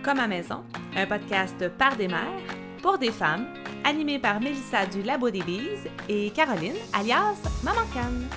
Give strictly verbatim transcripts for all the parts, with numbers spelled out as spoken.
Comme à maison, un podcast par des mères, pour des femmes, animé par Mélissa du Labo des Bises et Caroline, alias Maman Canne.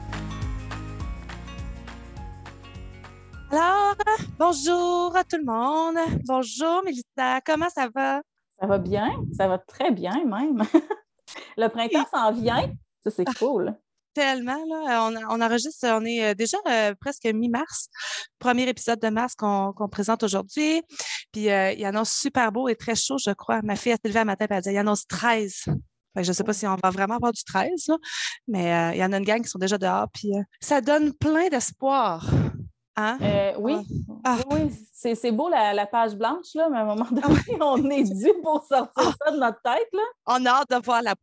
Alors, bonjour à tout le monde. Bonjour Mélissa, comment ça va? Ça va bien, ça va très bien même. Le printemps s'en vient, ça c'est cool. Tellement, là. On, on enregistre, on est déjà euh, presque mi-mars. Premier épisode de mars qu'on qu'on présente aujourd'hui. Puis euh, il annonce super beau et très chaud, je crois. Ma fille a s'est levée à matin et elle a dit il annonce treize. Fait que je ne sais pas si on va vraiment avoir du treize, là, mais euh, il y en a une gang qui sont déjà dehors. Puis euh, ça donne plein d'espoir. Hein? Euh, oui, ah. oui, oui. C'est, c'est beau la, la page blanche, là, mais à un moment donné, on est dû pour sortir ah. ça de notre tête. Là. On a hâte de voir la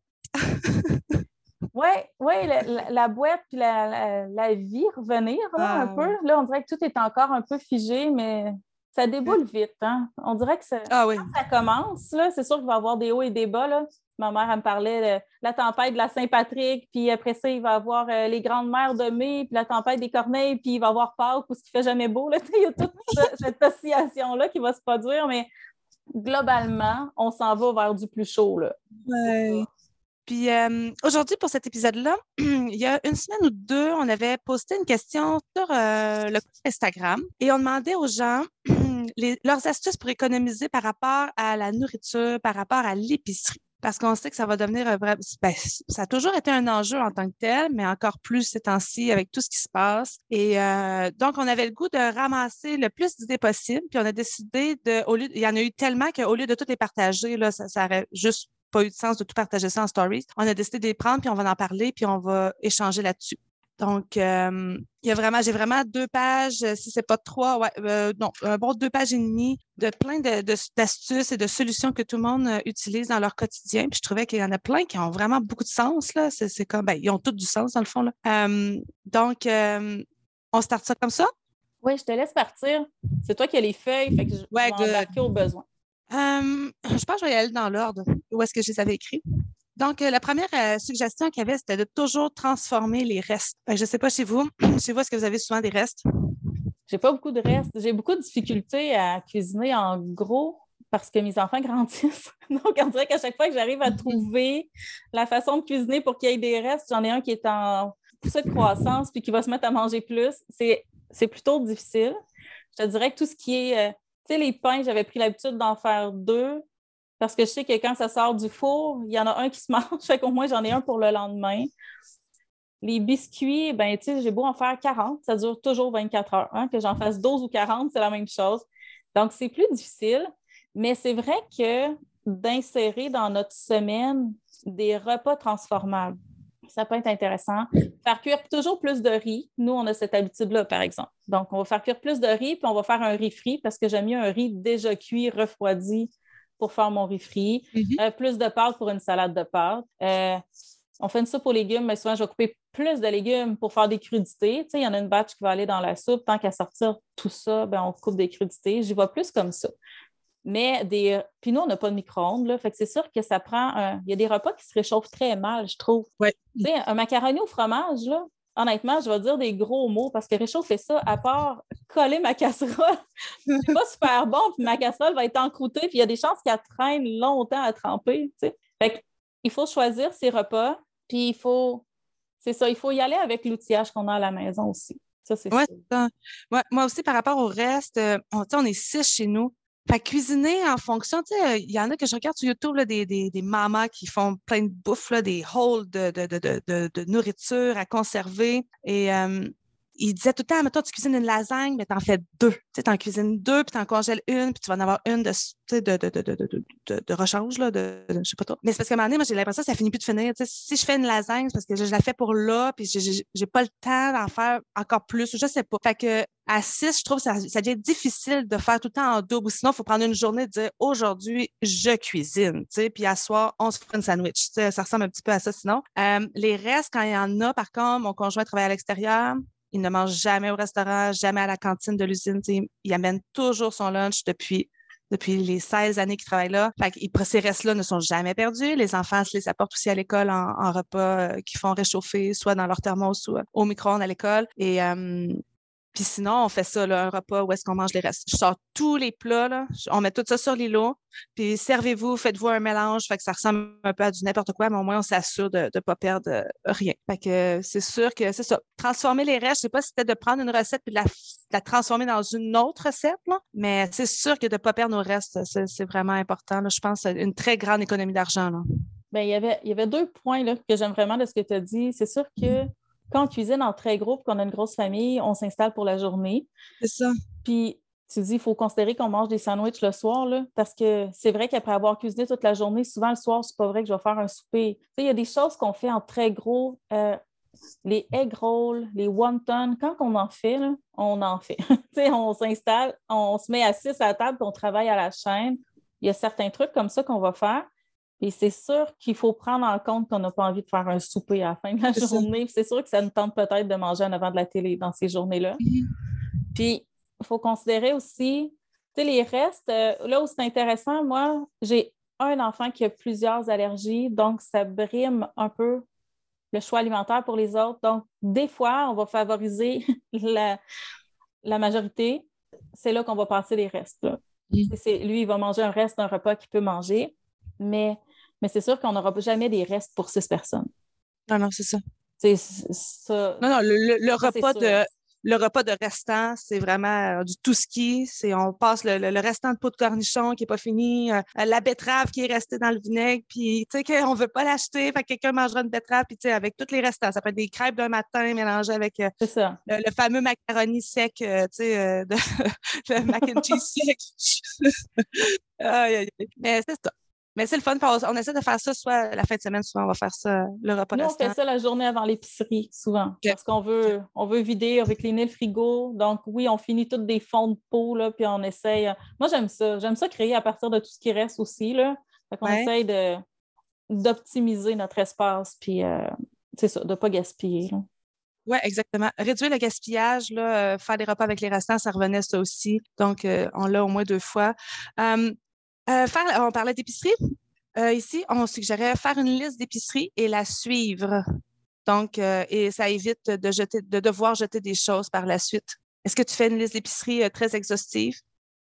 Oui, ouais, la, la, la boîte puis la, la, la vie revenir là, ah. un peu. Là, on dirait que tout est encore un peu figé, mais ça déboule vite. Hein? On dirait que ça, ah oui. quand ça commence, là, c'est sûr qu'il va y avoir des hauts et des bas. Là. Ma mère, elle me parlait de la tempête de la Saint-Patrick, puis après ça, il va y avoir euh, les grandes mers de mai, puis la tempête des Corneilles, puis il va y avoir Pâques, où ce qui fait jamais beau. Là. Il y a toute cette oscillation-là qui va se produire, mais globalement, on s'en va vers du plus chaud. Là. Ouais. Puis euh, aujourd'hui, pour cet épisode-là, il y a une semaine ou deux, on avait posté une question sur euh, le compte Instagram et on demandait aux gens les, leurs astuces pour économiser par rapport à la nourriture, par rapport à l'épicerie. Parce qu'on sait que ça va devenir un vrai... Ben, ça a toujours été un enjeu en tant que tel, mais encore plus ces temps-ci avec tout ce qui se passe. Et euh, donc, on avait le goût de ramasser le plus d'idées possible. Puis on a décidé de... Au lieu, il y en a eu tellement qu'au lieu de toutes les partager, là, ça, ça aurait juste pas eu de sens de tout partager ça en stories. On a décidé de les prendre, puis on va en parler, puis on va échanger là-dessus. Donc, euh, il y a vraiment, j'ai vraiment deux pages, si c'est pas trois, ouais, euh, non, un bon deux pages et demie de plein de, de, d'astuces et de solutions que tout le monde euh, utilise dans leur quotidien. Puis je trouvais qu'il y en a plein qui ont vraiment beaucoup de sens, là. C'est, c'est comme, ben, ils ont tous du sens, dans le fond, là. Euh, donc, euh, on starte ça comme ça? Oui, je te laisse partir. C'est toi qui as les feuilles, fait que je, ouais, je vais embarquer au besoin. Euh, je pense que je vais y aller dans l'ordre. Où est-ce que je les avais écrits? Donc, euh, la première euh, suggestion qu'il y avait, c'était de toujours transformer les restes. Fait que je ne sais pas chez vous. Chez vous, est-ce que vous avez souvent des restes? J'ai pas beaucoup de restes. J'ai beaucoup de difficultés à cuisiner en gros parce que mes enfants grandissent. Donc, on dirait qu'à chaque fois que j'arrive à trouver la façon de cuisiner pour qu'il y ait des restes, j'en ai un qui est en poussée de croissance puis qui va se mettre à manger plus. C'est, c'est plutôt difficile. Je te dirais que tout ce qui est... Euh, tu sais, les pains, j'avais pris l'habitude d'en faire deux parce que je sais que quand ça sort du four, il y en a un qui se mange, fait qu'au moins j'en ai un pour le lendemain. Les biscuits, ben tu sais, j'ai beau en faire quarante, ça dure toujours vingt-quatre heures. Hein? Que j'en fasse douze ou quarante, c'est la même chose. Donc, c'est plus difficile, mais c'est vrai que d'insérer dans notre semaine des repas transformables, ça peut être intéressant. Faire cuire toujours plus de riz. Nous, on a cette habitude-là, par exemple. Donc, on va faire cuire plus de riz, puis on va faire un riz frit parce que j'aime mieux un riz déjà cuit, refroidi pour faire mon riz frit. Mm-hmm. Euh, plus de pâtes pour une salade de pâtes. Euh, on fait une soupe aux légumes, mais souvent, je vais couper plus de légumes pour faire des crudités. Tu sais, il y en a une batch qui va aller dans la soupe. Tant qu'à sortir tout ça, ben, on coupe des crudités. J'y vais plus comme ça. Mais des. Puis nous, on n'a pas de micro-ondes, là. Fait que c'est sûr que ça prend. Un... Il y a des repas qui se réchauffent très mal, je trouve. Ouais. Tu sais, un macaroni au fromage, là, honnêtement, je vais dire des gros mots parce que réchauffer ça, à part coller ma casserole, c'est pas super bon. Puis ma casserole va être encroûtée, puis il y a des chances qu'elle traîne longtemps à tremper. Tu sais. Fait qu'il faut choisir ses repas, puis il faut. C'est ça, il faut y aller avec l'outillage qu'on a à la maison aussi. Ça, c'est ouais, ça. Ouais, moi aussi, par rapport au reste, euh, on, on est six chez nous. Fait cuisiner en fonction, tu sais, il y en a que je regarde sur YouTube, là, des, des, des mamas qui font plein de bouffe, là, des hauls de, de, de, de, de, de nourriture à conserver. Et euh, il disait tout le temps, mettons, tu cuisines une lasagne, mais t'en fais deux. Tu sais, t'en cuisines deux, puis t'en congèles une, puis tu vas en avoir une de, de, de, de, de, de, de, de, de rechange, là, de, de, je sais pas trop. Mais c'est parce qu'à un moment donné, moi, j'ai l'impression que ça finit plus de finir. Tu sais, si je fais une lasagne, c'est parce que je, je la fais pour là, puis j'ai, j'ai, j'ai pas le temps d'en faire encore plus, je sais pas. Fait que à six, je trouve que ça, ça devient difficile de faire tout le temps en double. Sinon, il faut prendre une journée et dire aujourd'hui, je cuisine. Tu sais, puis à soir, on se fait une sandwich. Tu sais, ça ressemble un petit peu à ça sinon. Euh, les restes, quand il y en a, par contre, mon conjoint travaille à l'extérieur. Il ne mange jamais au restaurant, jamais à la cantine de l'usine. Tu sais, il amène toujours son lunch depuis, depuis les seize années qu'il travaille là. Fait que ces restes-là ne sont jamais perdus. Les enfants se les apportent aussi à l'école en, en repas euh, qu'ils font réchauffer, soit dans leur thermos ou euh, au micro-ondes à l'école. Et euh, Puis sinon, on fait ça, là, un repas où est-ce qu'on mange les restes. Je sors tous les plats, là, on met tout ça sur l'îlot, puis servez-vous, faites-vous un mélange, fait que ça ressemble un peu à du n'importe quoi, mais au moins, on s'assure de ne pas perdre euh, rien. Fait que euh, c'est sûr que c'est ça. Transformer les restes, je sais pas si c'était de prendre une recette puis de la, de la transformer dans une autre recette, là, mais c'est sûr que de ne pas perdre nos restes, c'est, c'est vraiment important, là. Je pense que c'est une très grande économie d'argent, là. Bien, il y avait, il y avait deux points là, que j'aime vraiment de ce que tu as dit. C'est sûr que quand on cuisine en très gros, qu'on a une grosse famille, on s'installe pour la journée. C'est ça. Puis, tu dis, il faut considérer qu'on mange des sandwichs le soir, là, parce que c'est vrai qu'après avoir cuisiné toute la journée, souvent le soir, c'est pas vrai que je vais faire un souper. Tu sais, il y a des choses qu'on fait en très gros, euh, les egg rolls, les wonton, quand on en fait, là, on en fait. Tu sais, on s'installe, on se met à six à la table, puis on travaille à la chaîne. Il y a certains trucs comme ça qu'on va faire. Et c'est sûr qu'il faut prendre en compte qu'on n'a pas envie de faire un souper à la fin de la C'est journée. C'est sûr que ça nous tente peut-être de manger en avant de la télé dans ces journées-là. Mm-hmm. Puis, il faut considérer aussi, tu sais, les restes. Euh, là où c'est intéressant, moi, j'ai un enfant qui a plusieurs allergies, donc ça brime un peu le choix alimentaire pour les autres. Donc, des fois, on va favoriser la, la majorité. C'est là qu'on va passer les restes. Là. Mm. C'est, lui, il va manger un reste d'un repas qu'il peut manger. Mais, mais c'est sûr qu'on n'aura jamais des restes pour six personnes. Non, non, c'est ça. C'est, c'est, ça non, non, le, le, le ça, repas de le repas de restant, c'est vraiment euh, du tout ski. C'est, on passe le, le, le restant de pot de cornichon qui n'est pas fini, euh, la betterave qui est restée dans le vinaigre, puis tu sais qu'on ne veut pas l'acheter, fait que quelqu'un mangera une betterave, puis tu sais, avec tous les restants. Ça peut être des crêpes d'un matin mélangées avec euh, c'est ça. Le, le fameux macaroni sec, euh, tu sais, euh, de, le mac and cheese sec. aïe, aïe, aïe. Mais c'est ça. Mais c'est le fun. On essaie de faire ça soit la fin de semaine, souvent on va faire ça le repas Nous, restant. on fait ça la journée avant l'épicerie, souvent. Okay. Parce qu'on veut, on veut vider, recliner le frigo. Donc, oui, on finit toutes des fonds de pot, là, puis on essaye. Moi, j'aime ça. J'aime ça créer à partir de tout ce qui reste aussi, là. Fait qu'on ouais. essaye de, d'optimiser notre espace, puis euh, c'est ça, de ne pas gaspiller. Oui, exactement. Réduire le gaspillage, là, euh, faire des repas avec les restants, ça revenait ça aussi. Donc, euh, on l'a au moins deux fois. Euh, euh, faire, on parlait d'épicerie. Euh, ici, on suggérait faire une liste d'épicerie et la suivre. Donc, euh, et ça évite de, jeter, de devoir jeter des choses par la suite. Est-ce que tu fais une liste d'épicerie euh, très exhaustive?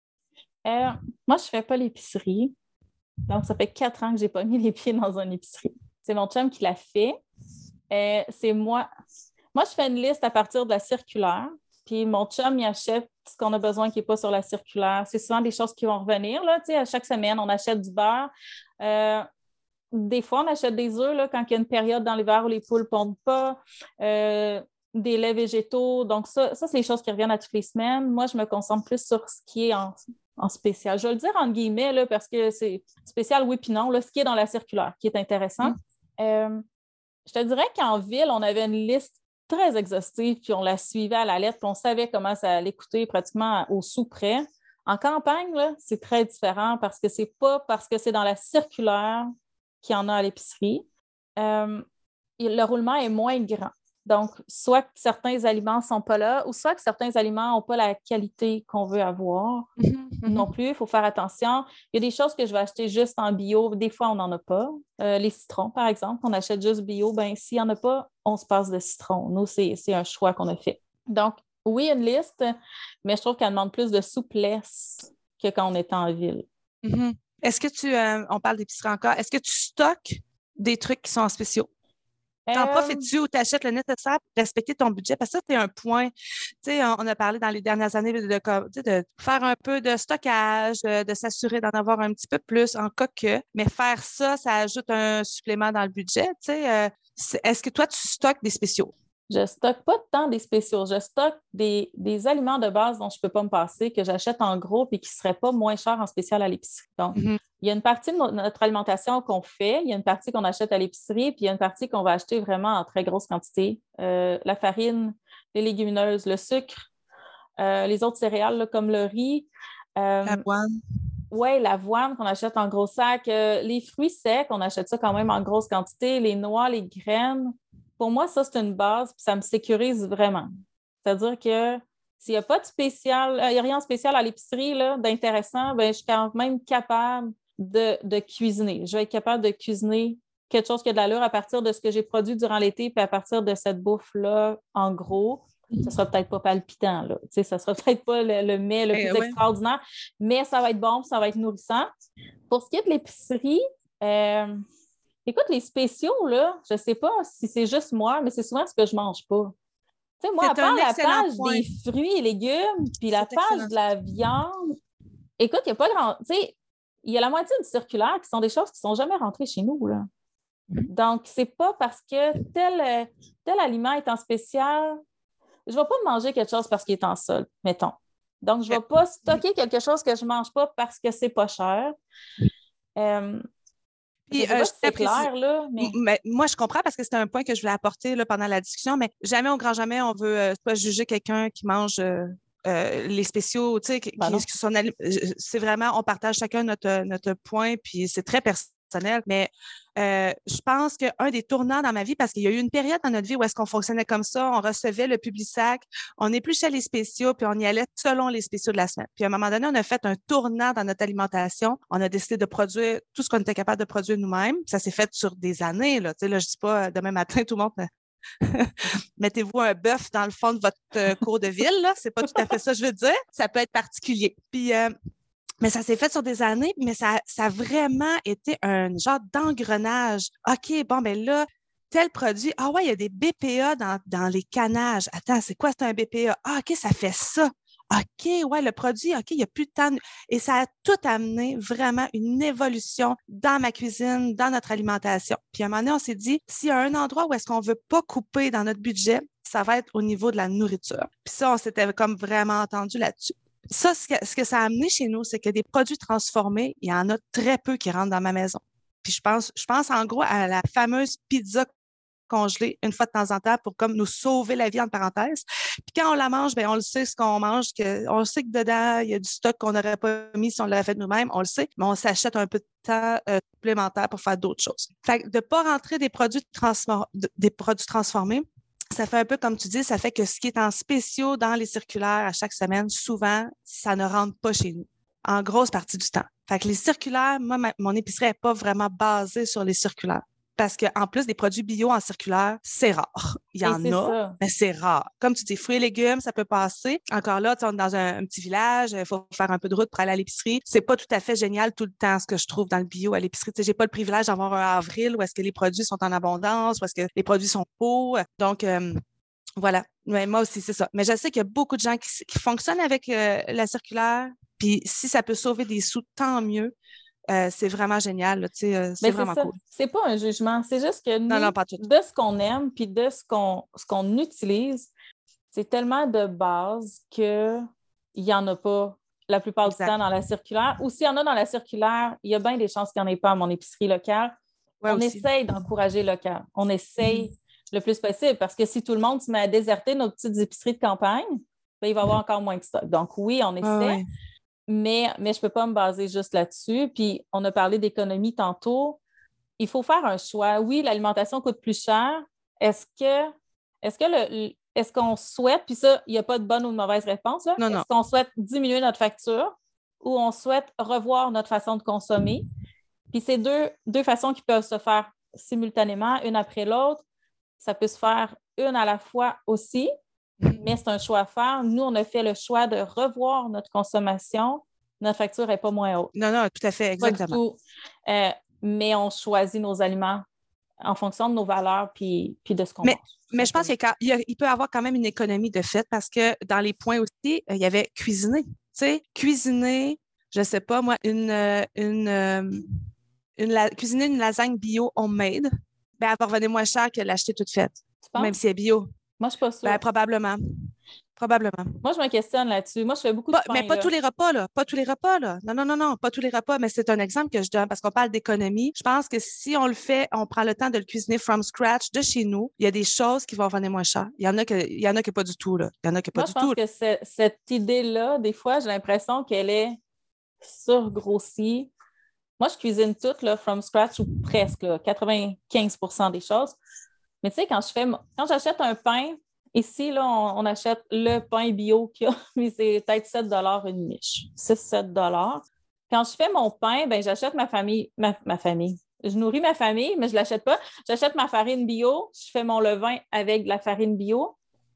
Euh, moi, je ne fais pas l'épicerie. Donc, ça fait quatre ans que je n'ai pas mis les pieds dans une épicerie. C'est mon chum qui l'a fait. Euh, c'est moi. Moi, je fais une liste à partir de la circulaire. Puis mon chum, il achète ce qu'on a besoin qui n'est pas sur la circulaire. C'est souvent des choses qui vont revenir. Là, tu sais, à chaque semaine, on achète du beurre. Euh, des fois, on achète des œufs là, quand il y a une période dans l'hiver où les poules ne pondent pas. Euh, des laits végétaux. Donc, ça, ça, c'est les choses qui reviennent à toutes les semaines. Moi, je me concentre plus sur ce qui est en, en spécial. Je vais le dire entre guillemets là, parce que c'est spécial, oui, puis non. Là, ce qui est dans la circulaire, qui est intéressant. Mmh. Euh, je te dirais qu'en ville, on avait une liste très exhaustive, puis on la suivait à la lettre, puis on savait comment ça allait coûter pratiquement au sou près. En campagne, là, c'est très différent parce que c'est pas parce que c'est dans la circulaire qu'il y en a à l'épicerie. Euh, le roulement est moins grand. Donc, soit que certains aliments ne sont pas là, ou soit que certains aliments n'ont pas la qualité qu'on veut avoir. Mm-hmm. Non plus, il faut faire attention. Il y a des choses que je vais acheter juste en bio. Des fois, on n'en a pas. Euh, les citrons, par exemple, on achète juste bio. Bien, s'il n'y en a pas, on se passe de citron. Nous, c'est, c'est un choix qu'on a fait. Donc, oui, une liste, mais je trouve qu'elle demande plus de souplesse que quand on est en ville. Mm-hmm. Est-ce que tu, euh, on parle d'épicerie encore, est-ce que tu stockes des trucs qui sont en spéciaux? T'en euh... profites-tu ou t'achètes le nécessaire pour respecter ton budget? Parce que ça, c'est un point. Tu sais, on a parlé dans les dernières années de, de, de, de faire un peu de stockage, de s'assurer d'en avoir un petit peu plus en cas que. Mais faire ça, ça ajoute un supplément dans le budget. Tu sais, euh, est-ce que toi, tu stockes des spéciaux? Je ne stocke pas tant des spéciaux. Je stocke des, des aliments de base dont je ne peux pas me passer, que j'achète en gros et qui ne seraient pas moins chers en spécial à l'épicerie. Donc, mm-hmm. il y a une partie de notre alimentation qu'on fait, il y a une partie qu'on achète à l'épicerie, puis il y a une partie qu'on va acheter vraiment en très grosse quantité. Euh, la farine, les légumineuses, le sucre, euh, les autres céréales là, comme le riz. Euh, l'avoine. Oui, l'avoine qu'on achète en gros sac. Euh, les fruits secs, on achète ça quand même en grosse quantité. Les noix, les graines. Pour moi, ça, c'est une base, puis ça me sécurise vraiment. C'est-à-dire que s'il n'y a pas de spécial, il n'y a rien de spécial à l'épicerie là, d'intéressant, bien, je suis quand même capable de, de cuisiner. Je vais être capable de cuisiner quelque chose qui a de l'allure à partir de ce que j'ai produit durant l'été, puis à partir de cette bouffe-là, en gros. ça sera peut-être pas palpitant, là. Tu sais, ça sera peut-être pas le, le mets le plus Eh, ouais. extraordinaire, mais ça va être bon, ça va être nourrissant. Pour ce qui est de l'épicerie, euh, écoute, les spéciaux, là, je sais pas si c'est juste moi, mais c'est souvent ce que je mange pas. Tu sais, moi, à C'est un part la excellent page point. des fruits et légumes, puis la C'est page excellent. de la viande, écoute, il n'y a pas grand... Tu sais, il y a la moitié du circulaire qui sont des choses qui ne sont jamais rentrées chez nous, là. Donc, c'est pas parce que tel, tel aliment est en spécial, je ne vais pas manger quelque chose parce qu'il est en solde, mettons. Donc, je ne vais pas stocker quelque chose que je ne mange pas parce que c'est pas cher. Euh, Puis, je sais euh, pas je si c'est t'apprécie. clair, là, mais... M- mais moi, je comprends parce que c'était un point que je voulais apporter là, pendant la discussion, mais jamais, au grand jamais, on veut euh, pas juger quelqu'un qui mange euh, euh, les spéciaux, tu sais, qui, Ben non. qui son ali- euh, c'est vraiment, on partage chacun notre, notre point, puis c'est très personnel, mais euh, je pense qu'un des tournants dans ma vie, parce qu'il y a eu une période dans notre vie où est-ce qu'on fonctionnait comme ça, on recevait le Publisac, on épluchait les spéciaux, puis on y allait selon les spéciaux de la semaine. Puis à un moment donné, on a fait un tournant dans notre alimentation. On a décidé de produire tout ce qu'on était capable de produire nous-mêmes. Ça s'est fait sur des années, là. Tu sais, là, je dis pas demain matin, tout le monde mettez-vous un bœuf dans le fond de votre euh, cour de ville, là. C'est pas tout à fait ça, que je veux dire. Ça peut être particulier. Puis, euh, mais ça s'est fait sur des années, mais ça, ça a vraiment été un genre d'engrenage. OK, bon, ben là, tel produit. Ah ouais, il y a des B P A dans, dans les canages. Attends, c'est quoi, c'est un B P A? Ah, OK, ça fait ça. OK, ouais, le produit, OK, il n'y a plus de temps. Et ça a tout amené vraiment une évolution dans ma cuisine, dans notre alimentation. Puis à un moment donné, on s'est dit, s'il y a un endroit où est-ce qu'on ne veut pas couper dans notre budget, ça va être au niveau de la nourriture. Puis ça, on s'était comme vraiment entendu là-dessus. Ça, ce que, ce que ça a amené chez nous, c'est que des produits transformés, il y en a très peu qui rentrent dans ma maison. Puis je pense, je pense en gros à la fameuse pizza congelée une fois de temps en temps pour comme nous sauver la vie, entre parenthèses. Puis quand on la mange, bien, on le sait ce qu'on mange, que, on sait que dedans, il y a du stock qu'on n'aurait pas mis si on l'avait fait nous-mêmes, on le sait, mais on s'achète un peu de temps euh, supplémentaire pour faire d'autres choses. Fait que de ne pas rentrer des produits, transfor- des produits transformés, ça fait un peu comme tu dis, ça fait que ce qui est en spéciaux dans les circulaires à chaque semaine, souvent, ça ne rentre pas chez nous, en grosse partie du temps. Fait que les circulaires, moi, ma, mon épicerie n'est pas vraiment basée sur les circulaires. Parce qu'en plus des produits bio en circulaire, c'est rare. Il y Et en c'est a, ça. mais c'est rare. Comme tu dis, fruits et légumes, ça peut passer. Encore là, on est dans un, un petit village, il faut faire un peu de route pour aller à l'épicerie. C'est pas tout à fait génial tout le temps ce que je trouve dans le bio à l'épicerie. Tu sais, j'ai pas le privilège d'avoir un avril où est-ce que les produits sont en abondance, où est-ce que les produits sont beaux. Donc, euh, voilà. Mais moi aussi, c'est ça. Mais je sais qu'il y a beaucoup de gens qui, qui fonctionnent avec euh, la circulaire. Puis si ça peut sauver des sous, tant mieux. Euh, c'est vraiment génial. Là, euh, c'est Mais c'est vraiment ça. cool. C'est pas un jugement. C'est juste que nous, Non, non, pas tout. de ce qu'on aime puis de ce qu'on, ce qu'on utilise, c'est tellement de base qu'il n'y en a pas la plupart Exact. du temps dans la circulaire. Ou s'il y en a dans la circulaire, il y a bien des chances qu'il n'y en ait pas à mon épicerie locale. Ouais, on aussi. essaye d'encourager local. On essaye mm-hmm. le plus possible parce que si tout le monde se met à déserter nos petites épiceries de campagne, bien, il va y avoir encore moins de stock. Donc oui, on essaie. Ouais, ouais. Mais, mais je ne peux pas me baser juste là-dessus. Puis, on a parlé d'économie tantôt. Il faut faire un choix. Oui, l'alimentation coûte plus cher. Est-ce que, est-ce que le, est-ce qu'on souhaite, puis ça, il n'y a pas de bonne ou de mauvaise réponse, là. Non, est-ce non. qu'on souhaite diminuer notre facture ou on souhaite revoir notre façon de consommer? Puis, c'est deux, deux façons qui peuvent se faire simultanément, une après l'autre. Ça peut se faire une à la fois aussi. Mais c'est un choix à faire. Nous, on a fait le choix de revoir notre consommation. Notre facture n'est pas moins haute. Non, non, tout à fait, exactement. Pas du tout. Euh, mais on choisit nos aliments en fonction de nos valeurs puis, puis de ce qu'on mais, mange. Mais je pense qu'il y a, il peut y avoir quand même une économie de fait parce que dans les points aussi, il y avait cuisiner. Tu sais, cuisiner, je ne sais pas, moi, une, une, une, une la, cuisiner une lasagne bio homemade, ben, elle va revenir moins cher que l'acheter toute faite. Même si elle est bio. Moi, je ne suis pas sûre. Ben, probablement. Probablement. Moi, je me questionne là-dessus. Moi, je fais beaucoup de pas, pain, Mais pas là. tous les repas, là. Pas tous les repas, là. Non, non, non, non, pas tous les repas, mais c'est un exemple que je donne parce qu'on parle d'économie. Je pense que si on le fait, on prend le temps de le cuisiner from scratch de chez nous, il y a des choses qui vont revenir moins cher. Il y en a que, il y en a qui pas du tout, là. Il y en a qui pas Moi, du je pense tout. que c'est, cette idée-là, des fois, j'ai l'impression qu'elle est surgrossie. Moi, je cuisine tout, là, from scratch ou presque, là, quatre-vingt-quinze pour cent des choses. Mais tu sais, quand je fais, quand j'achète un pain, ici, là, on, on achète le pain bio qu'il y a, mais c'est peut-être sept dollars une miche, six sept dollars. Quand je fais mon pain, ben j'achète ma famille, ma, ma famille. Je nourris ma famille, mais je ne l'achète pas. J'achète ma farine bio, je fais mon levain avec de la farine bio.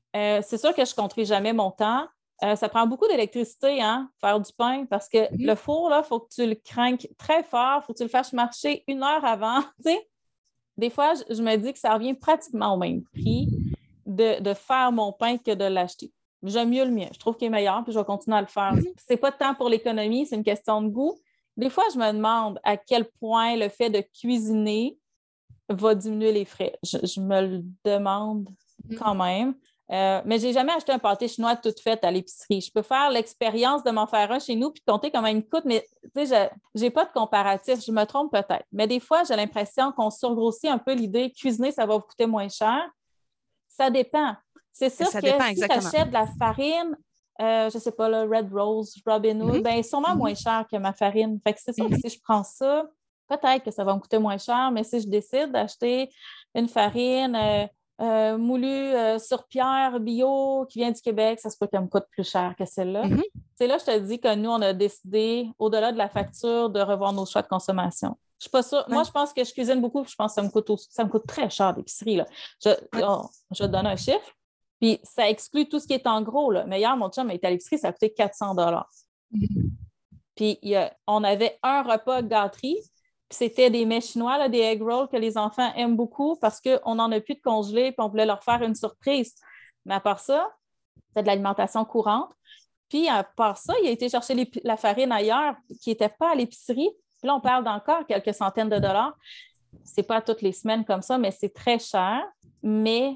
Euh, c'est sûr que je ne compterai jamais mon temps. Euh, ça prend beaucoup d'électricité, hein, faire du pain, parce que mm-hmm. le four, il faut que tu le craques très fort, il faut que tu le fasses marcher une heure avant. T'sais? Des fois, je, je me dis que ça revient pratiquement au même prix de, de faire mon pain que de l'acheter. J'aime mieux le mien. Je trouve qu'il est meilleur, puis je vais continuer à le faire. Mm-hmm. C'est pas tant pour l'économie, c'est une question de goût. Des fois, je me demande à quel point le fait de cuisiner va diminuer les frais. Je, je me le demande quand même. Euh, mais je n'ai jamais acheté un pâté chinois tout fait à l'épicerie. Je peux faire l'expérience de m'en faire un chez nous puis de compter comment il me coûte, mais je n'ai pas de comparatif. Je me trompe peut-être. Mais des fois, j'ai l'impression qu'on surgrossit un peu l'idée cuisiner, ça va vous coûter moins cher. Ça dépend. C'est sûr que dépend, si tu achètes de la farine, euh, je ne sais pas, là, Red Rose, Robin Hood, mm-hmm. bien, sûrement mm-hmm. moins cher que ma farine. Fait que c'est sûr mm-hmm. que si je prends ça, peut-être que ça va me coûter moins cher, mais si je décide d'acheter une farine euh, euh, moulue euh, sur pierre bio qui vient du Québec, ça se peut qu'elle me coûte plus cher que celle-là. Mm-hmm. C'est là que je te dis que nous, on a décidé, au-delà de la facture, de revoir nos choix de consommation. Je suis pas sûre. Ouais. Moi, je pense que je cuisine beaucoup, je pense que ça me coûte, aussi, ça me coûte très cher d'épicerie. Là. Je, ouais. oh, je vais te donner un chiffre. Puis ça exclut tout ce qui est en gros. Là. Mais hier, mon chum était à l'épicerie, ça a coûté quatre cents dollars. Mm-hmm. Puis il y a, on avait un repas gâterie. Puis c'était des mets chinois, là, des egg rolls que les enfants aiment beaucoup parce qu'on n'en a plus de congelés puis on voulait leur faire une surprise. Mais à part ça, c'est de l'alimentation courante. Puis à part ça, il a été chercher la farine ailleurs qui n'était pas à l'épicerie. Puis là, on parle d'encore quelques centaines de dollars. C'est pas toutes les semaines comme ça, mais c'est très cher. Mais,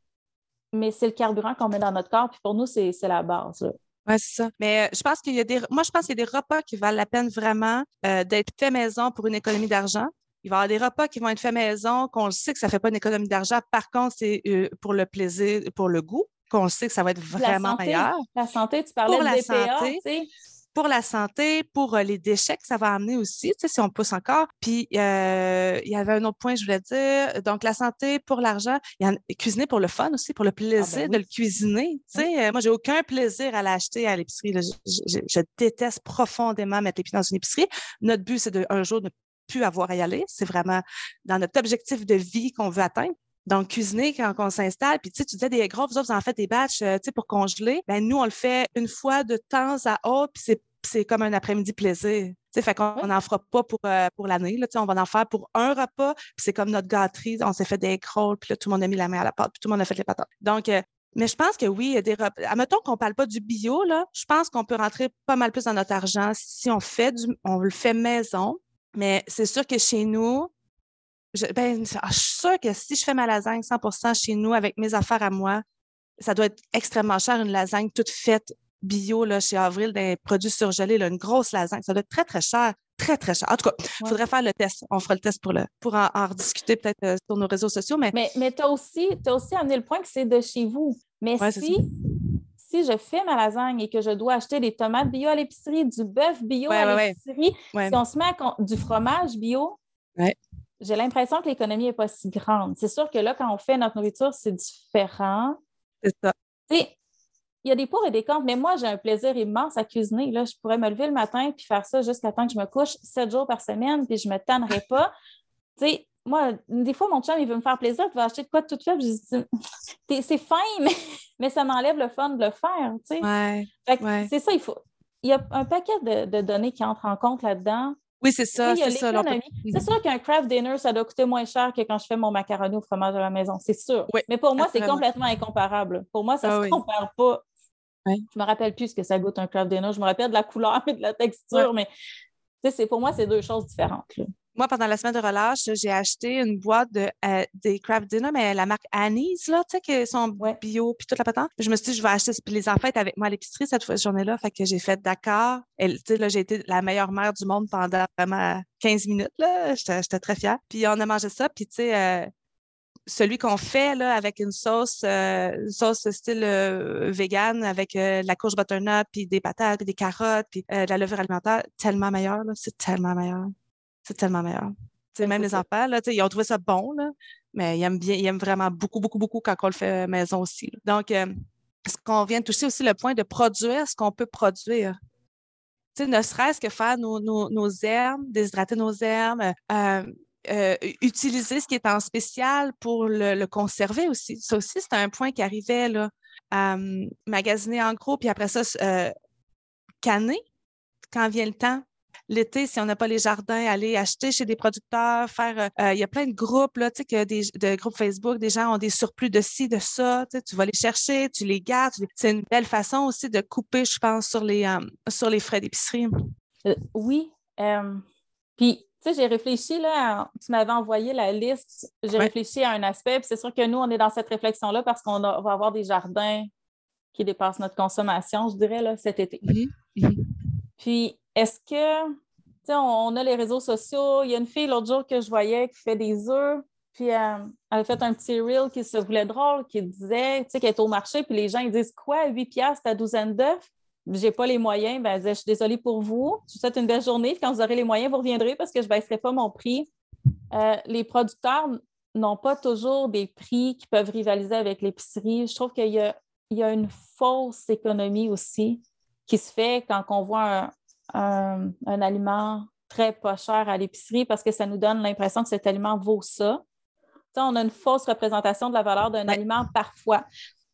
mais c'est le carburant qu'on met dans notre corps. Puis pour nous, c'est, c'est la base, là. Oui, c'est ça. Mais euh, je pense qu'il y a des. Moi, je pense qu'il y a des repas qui valent la peine vraiment euh, d'être faits maison pour une économie d'argent. Il va y avoir des repas qui vont être faits maison, qu'on le sait que ça ne fait pas une économie d'argent. Par contre, c'est euh, pour le plaisir, pour le goût, qu'on le sait que ça va être vraiment la santé, meilleur. La santé, tu parlais pour de la D P A, santé, tu sais. Pour la santé, pour euh, les déchets que ça va amener aussi, tu sais, si on pousse encore. Puis, euh, il y avait un autre point que je voulais dire. Donc, la santé pour l'argent, il y en a, cuisiner pour le fun aussi, pour le plaisir ah ben oui. de le cuisiner. Tu sais, oui. euh, moi, j'ai aucun plaisir à l'acheter à l'épicerie. Là. Je, je, je déteste profondément mettre les pieds dans une épicerie. Notre but, c'est de un jour ne plus avoir à y aller. C'est vraiment dans notre objectif de vie qu'on veut atteindre. Donc, cuisiner quand on s'installe, puis tu sais, tu disais des gros, vous autres, vous en faites des batchs, euh, tu sais, pour congeler. Ben nous, on le fait une fois de temps à autre, puis c'est, c'est comme un après-midi plaisir. Tu sais, fait qu'on n'en fera pas pour, euh, pour l'année, là, tu sais, on va en faire pour un repas, puis c'est comme notre gâterie, on s'est fait des crolls, puis là, tout le monde a mis la main à la pâte, puis tout le monde a fait les patates. Donc, euh, mais je pense que oui, il y a des repas. Admettons qu'on ne parle pas du bio, là, je pense qu'on peut rentrer pas mal plus dans notre argent si on fait du, on le fait maison, mais c'est sûr que chez nous, Je, ben, je suis sûre que si je fais ma lasagne cent pour cent chez nous avec mes affaires à moi, ça doit être extrêmement cher, une lasagne toute faite bio là, chez Avril, des produits surgelés, là, une grosse lasagne. Ça doit être très, très cher. Très, très cher. En tout cas, il ouais. faudrait faire le test. On fera le test pour, le, pour en, en rediscuter peut-être euh, sur nos réseaux sociaux. Mais, mais, mais tu as aussi, t'as aussi amené le point que c'est de chez vous. Mais ouais, si, si je fais ma lasagne et que je dois acheter des tomates bio à l'épicerie, du bœuf bio ouais, à ouais, l'épicerie, ouais. si on se met à, du fromage bio, ouais. j'ai l'impression que l'économie n'est pas si grande. C'est sûr que là, quand on fait notre nourriture, c'est différent. C'est ça. Tu sais, il y a des pour et des contre, mais moi, j'ai un plaisir immense à cuisiner. Là, je pourrais me lever le matin puis faire ça jusqu'à temps que je me couche sept jours par semaine, puis je ne me tannerai pas. Tu sais, moi, des fois, mon chum, il veut me faire plaisir, il va acheter de quoi de tout fait, puis je dis, c'est fin, mais, mais ça m'enlève le fun de le faire. Tu sais. Ouais, fait que ouais. c'est ça, il faut. Il y a un paquet de, de données qui entrent en compte là-dedans. Oui, c'est ça, oui, c'est ça. Là, peut... C'est sûr qu'un craft dinner, ça doit coûter moins cher que quand je fais mon macaroni au fromage à la maison, c'est sûr. Oui, mais pour moi, c'est complètement incomparable. Pour moi, ça ne ah, se oui. compare pas. Oui. Je ne me rappelle plus ce que ça goûte un craft dinner. Je me rappelle de la couleur et de la texture, oui. mais c'est, pour moi, c'est deux choses différentes. Là. Moi, pendant la semaine de relâche, j'ai acheté une boîte de, euh, des craft dinner, mais la marque Annie's, là, tu sais, qui sont ouais. bio, puis toute la patente. Je me suis dit, je vais acheter, puis les enfants étaient avec moi à l'épicerie cette journée-là, fait que j'ai fait d'accord. Et, tu sais, là, j'ai été la meilleure mère du monde pendant vraiment quinze minutes, là. J'étais, j'étais très fière. Puis on a mangé ça, puis tu sais, euh, celui qu'on fait, là, avec une sauce, euh, une sauce style euh, vegan, avec euh, la courge butternut, puis des patates, puis des carottes, puis euh, de la levure alimentaire, tellement meilleur, là. C'est tellement meilleur. C'est tellement meilleur. T'sais, même c'est les ça. Enfants, là, ils ont trouvé ça bon, là, mais ils aiment bien, ils aiment vraiment beaucoup, beaucoup, beaucoup quand on le fait maison aussi. Là. Donc, euh, est-ce qu'on vient de toucher aussi le point de produire ce qu'on peut produire? T'sais, ne serait-ce que faire nos, nos, nos herbes, déshydrater nos herbes, euh, euh, utiliser ce qui est en spécial pour le, le conserver aussi. Ça aussi, c'est un point qui arrivait, là, à euh, magasiner en gros, puis après ça, euh, canner quand vient le temps. L'été, si on n'a pas les jardins, aller acheter chez des producteurs, faire. Euh, il y a plein de groupes, là, tu sais, que des de groupes Facebook, des gens ont des surplus de ci, de ça. Tu sais, tu vas les chercher, tu les gardes. Tu les... C'est une belle façon aussi de couper, je pense, sur les, euh, sur les frais d'épicerie. Euh, oui. Euh, puis, tu sais, j'ai réfléchi, là, à, tu m'avais envoyé la liste, j'ai ouais. réfléchi à un aspect, puis c'est sûr que nous, on est dans cette réflexion-là parce qu'on a, va avoir des jardins qui dépassent notre consommation, je dirais, là, cet été. Mm-hmm. Mm-hmm. Puis, est-ce que, tu sais, on, on a les réseaux sociaux, il y a une fille l'autre jour que je voyais qui fait des œufs, puis euh, elle a fait un petit reel qui se voulait drôle, qui disait, tu sais, qu'elle est au marché, puis les gens, ils disent, quoi, huit piastres ta douzaine d'œufs? J'ai pas les moyens, ben, elle disait, je suis désolée pour vous, je vous souhaite une belle journée, puis quand vous aurez les moyens, vous reviendrez parce que je ne baisserai pas mon prix. Euh, les producteurs n'ont pas toujours des prix qui peuvent rivaliser avec l'épicerie. Je trouve qu'il y a, il y a une fausse économie aussi qui se fait quand on voit un, un, un aliment très pas cher à l'épicerie parce que ça nous donne l'impression que cet aliment vaut ça. T'sais, on a une fausse représentation de la valeur d'un ouais. aliment parfois.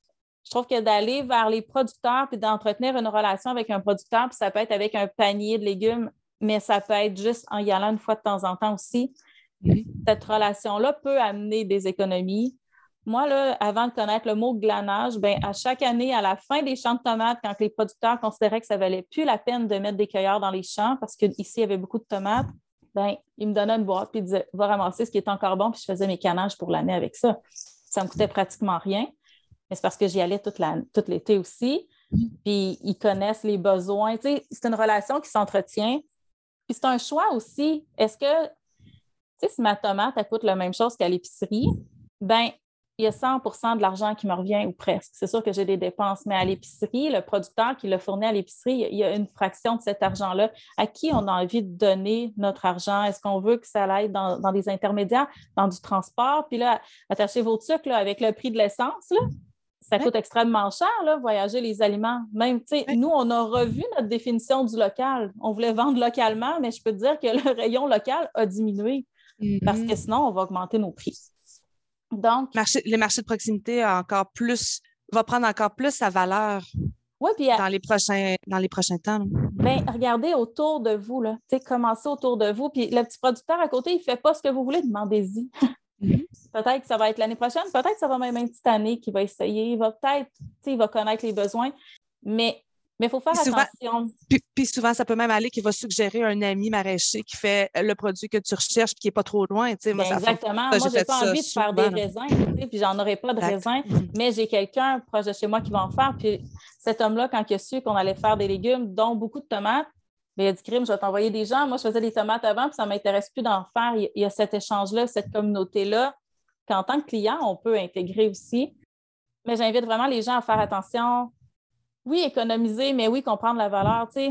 Je trouve que d'aller vers les producteurs puis d'entretenir une relation avec un producteur, puis ça peut être avec un panier de légumes, mais ça peut être juste en y allant une fois de temps en temps aussi. Mm-hmm. Cette relation-là peut amener des économies. Moi, là, avant de connaître le mot glanage, bien, à chaque année, à la fin des champs de tomates, quand les producteurs considéraient que ça ne valait plus la peine de mettre des cueilleurs dans les champs parce qu'ici, il y avait beaucoup de tomates, bien, ils me donnaient une boîte puis ils disaient « Va ramasser ce qui est encore bon » puis je faisais mes canages pour l'année avec ça. Ça me coûtait pratiquement rien. Mais c'est parce que j'y allais toute, la, toute l'été aussi. Puis ils connaissent les besoins. Tu sais, c'est une relation qui s'entretient. Puis c'est un choix aussi. Est-ce que, tu sais, si ma tomate, elle coûte la même chose qu'à l'épicerie, bien, il y a cent pour cent de l'argent qui me revient ou presque. C'est sûr que j'ai des dépenses, mais à l'épicerie, le producteur qui l'a fourni à l'épicerie, il y a une fraction de cet argent-là. À qui on a envie de donner notre argent? Est-ce qu'on veut que ça aille dans, dans des intermédiaires, dans du transport? Puis là, attachez vos trucs là, avec le prix de l'essence, là. Ça coûte extrêmement cher, là, voyager les aliments. Même, tu sais, oui. Nous, on a revu notre définition du local. On voulait vendre localement, mais je peux te dire que le rayon local a diminué mm-hmm. parce que sinon, on va augmenter nos prix. Donc, Marché, le marché de proximité a encore plus, va prendre encore plus sa valeur oui, puis dans, les prochains, dans les prochains temps. Bien, regardez autour de vous, là. Tu sais, commencez autour de vous. Puis le petit producteur à côté, il ne fait pas ce que vous voulez, demandez-y. Mm-hmm. Peut-être que ça va être l'année prochaine, peut-être que ça va même une petite année qu'il va essayer, il va peut-être, tu sais, il va connaître les besoins, mais il faut faire puis souvent, attention. Puis, puis souvent, ça peut même aller qu'il va suggérer un ami maraîcher qui fait le produit que tu recherches et qui n'est pas trop loin. Tu sais, moi, ça exactement. Ça, moi, je n'ai pas envie de souvent, faire des raisins, tu sais, puis j'en aurais pas de raisins, mais j'ai quelqu'un proche de chez moi qui va en faire. Puis cet homme-là, quand il a su qu'on allait faire des légumes, dont beaucoup de tomates, bien, il a dit, Crime, je vais t'envoyer des gens. Moi, je faisais des tomates avant, puis ça ne m'intéresse plus d'en faire. Il y a cet échange-là, cette communauté-là, qu'en tant que client, on peut intégrer aussi. Mais j'invite vraiment les gens à faire attention. Oui, économiser, mais oui, comprendre la valeur. Tu sais,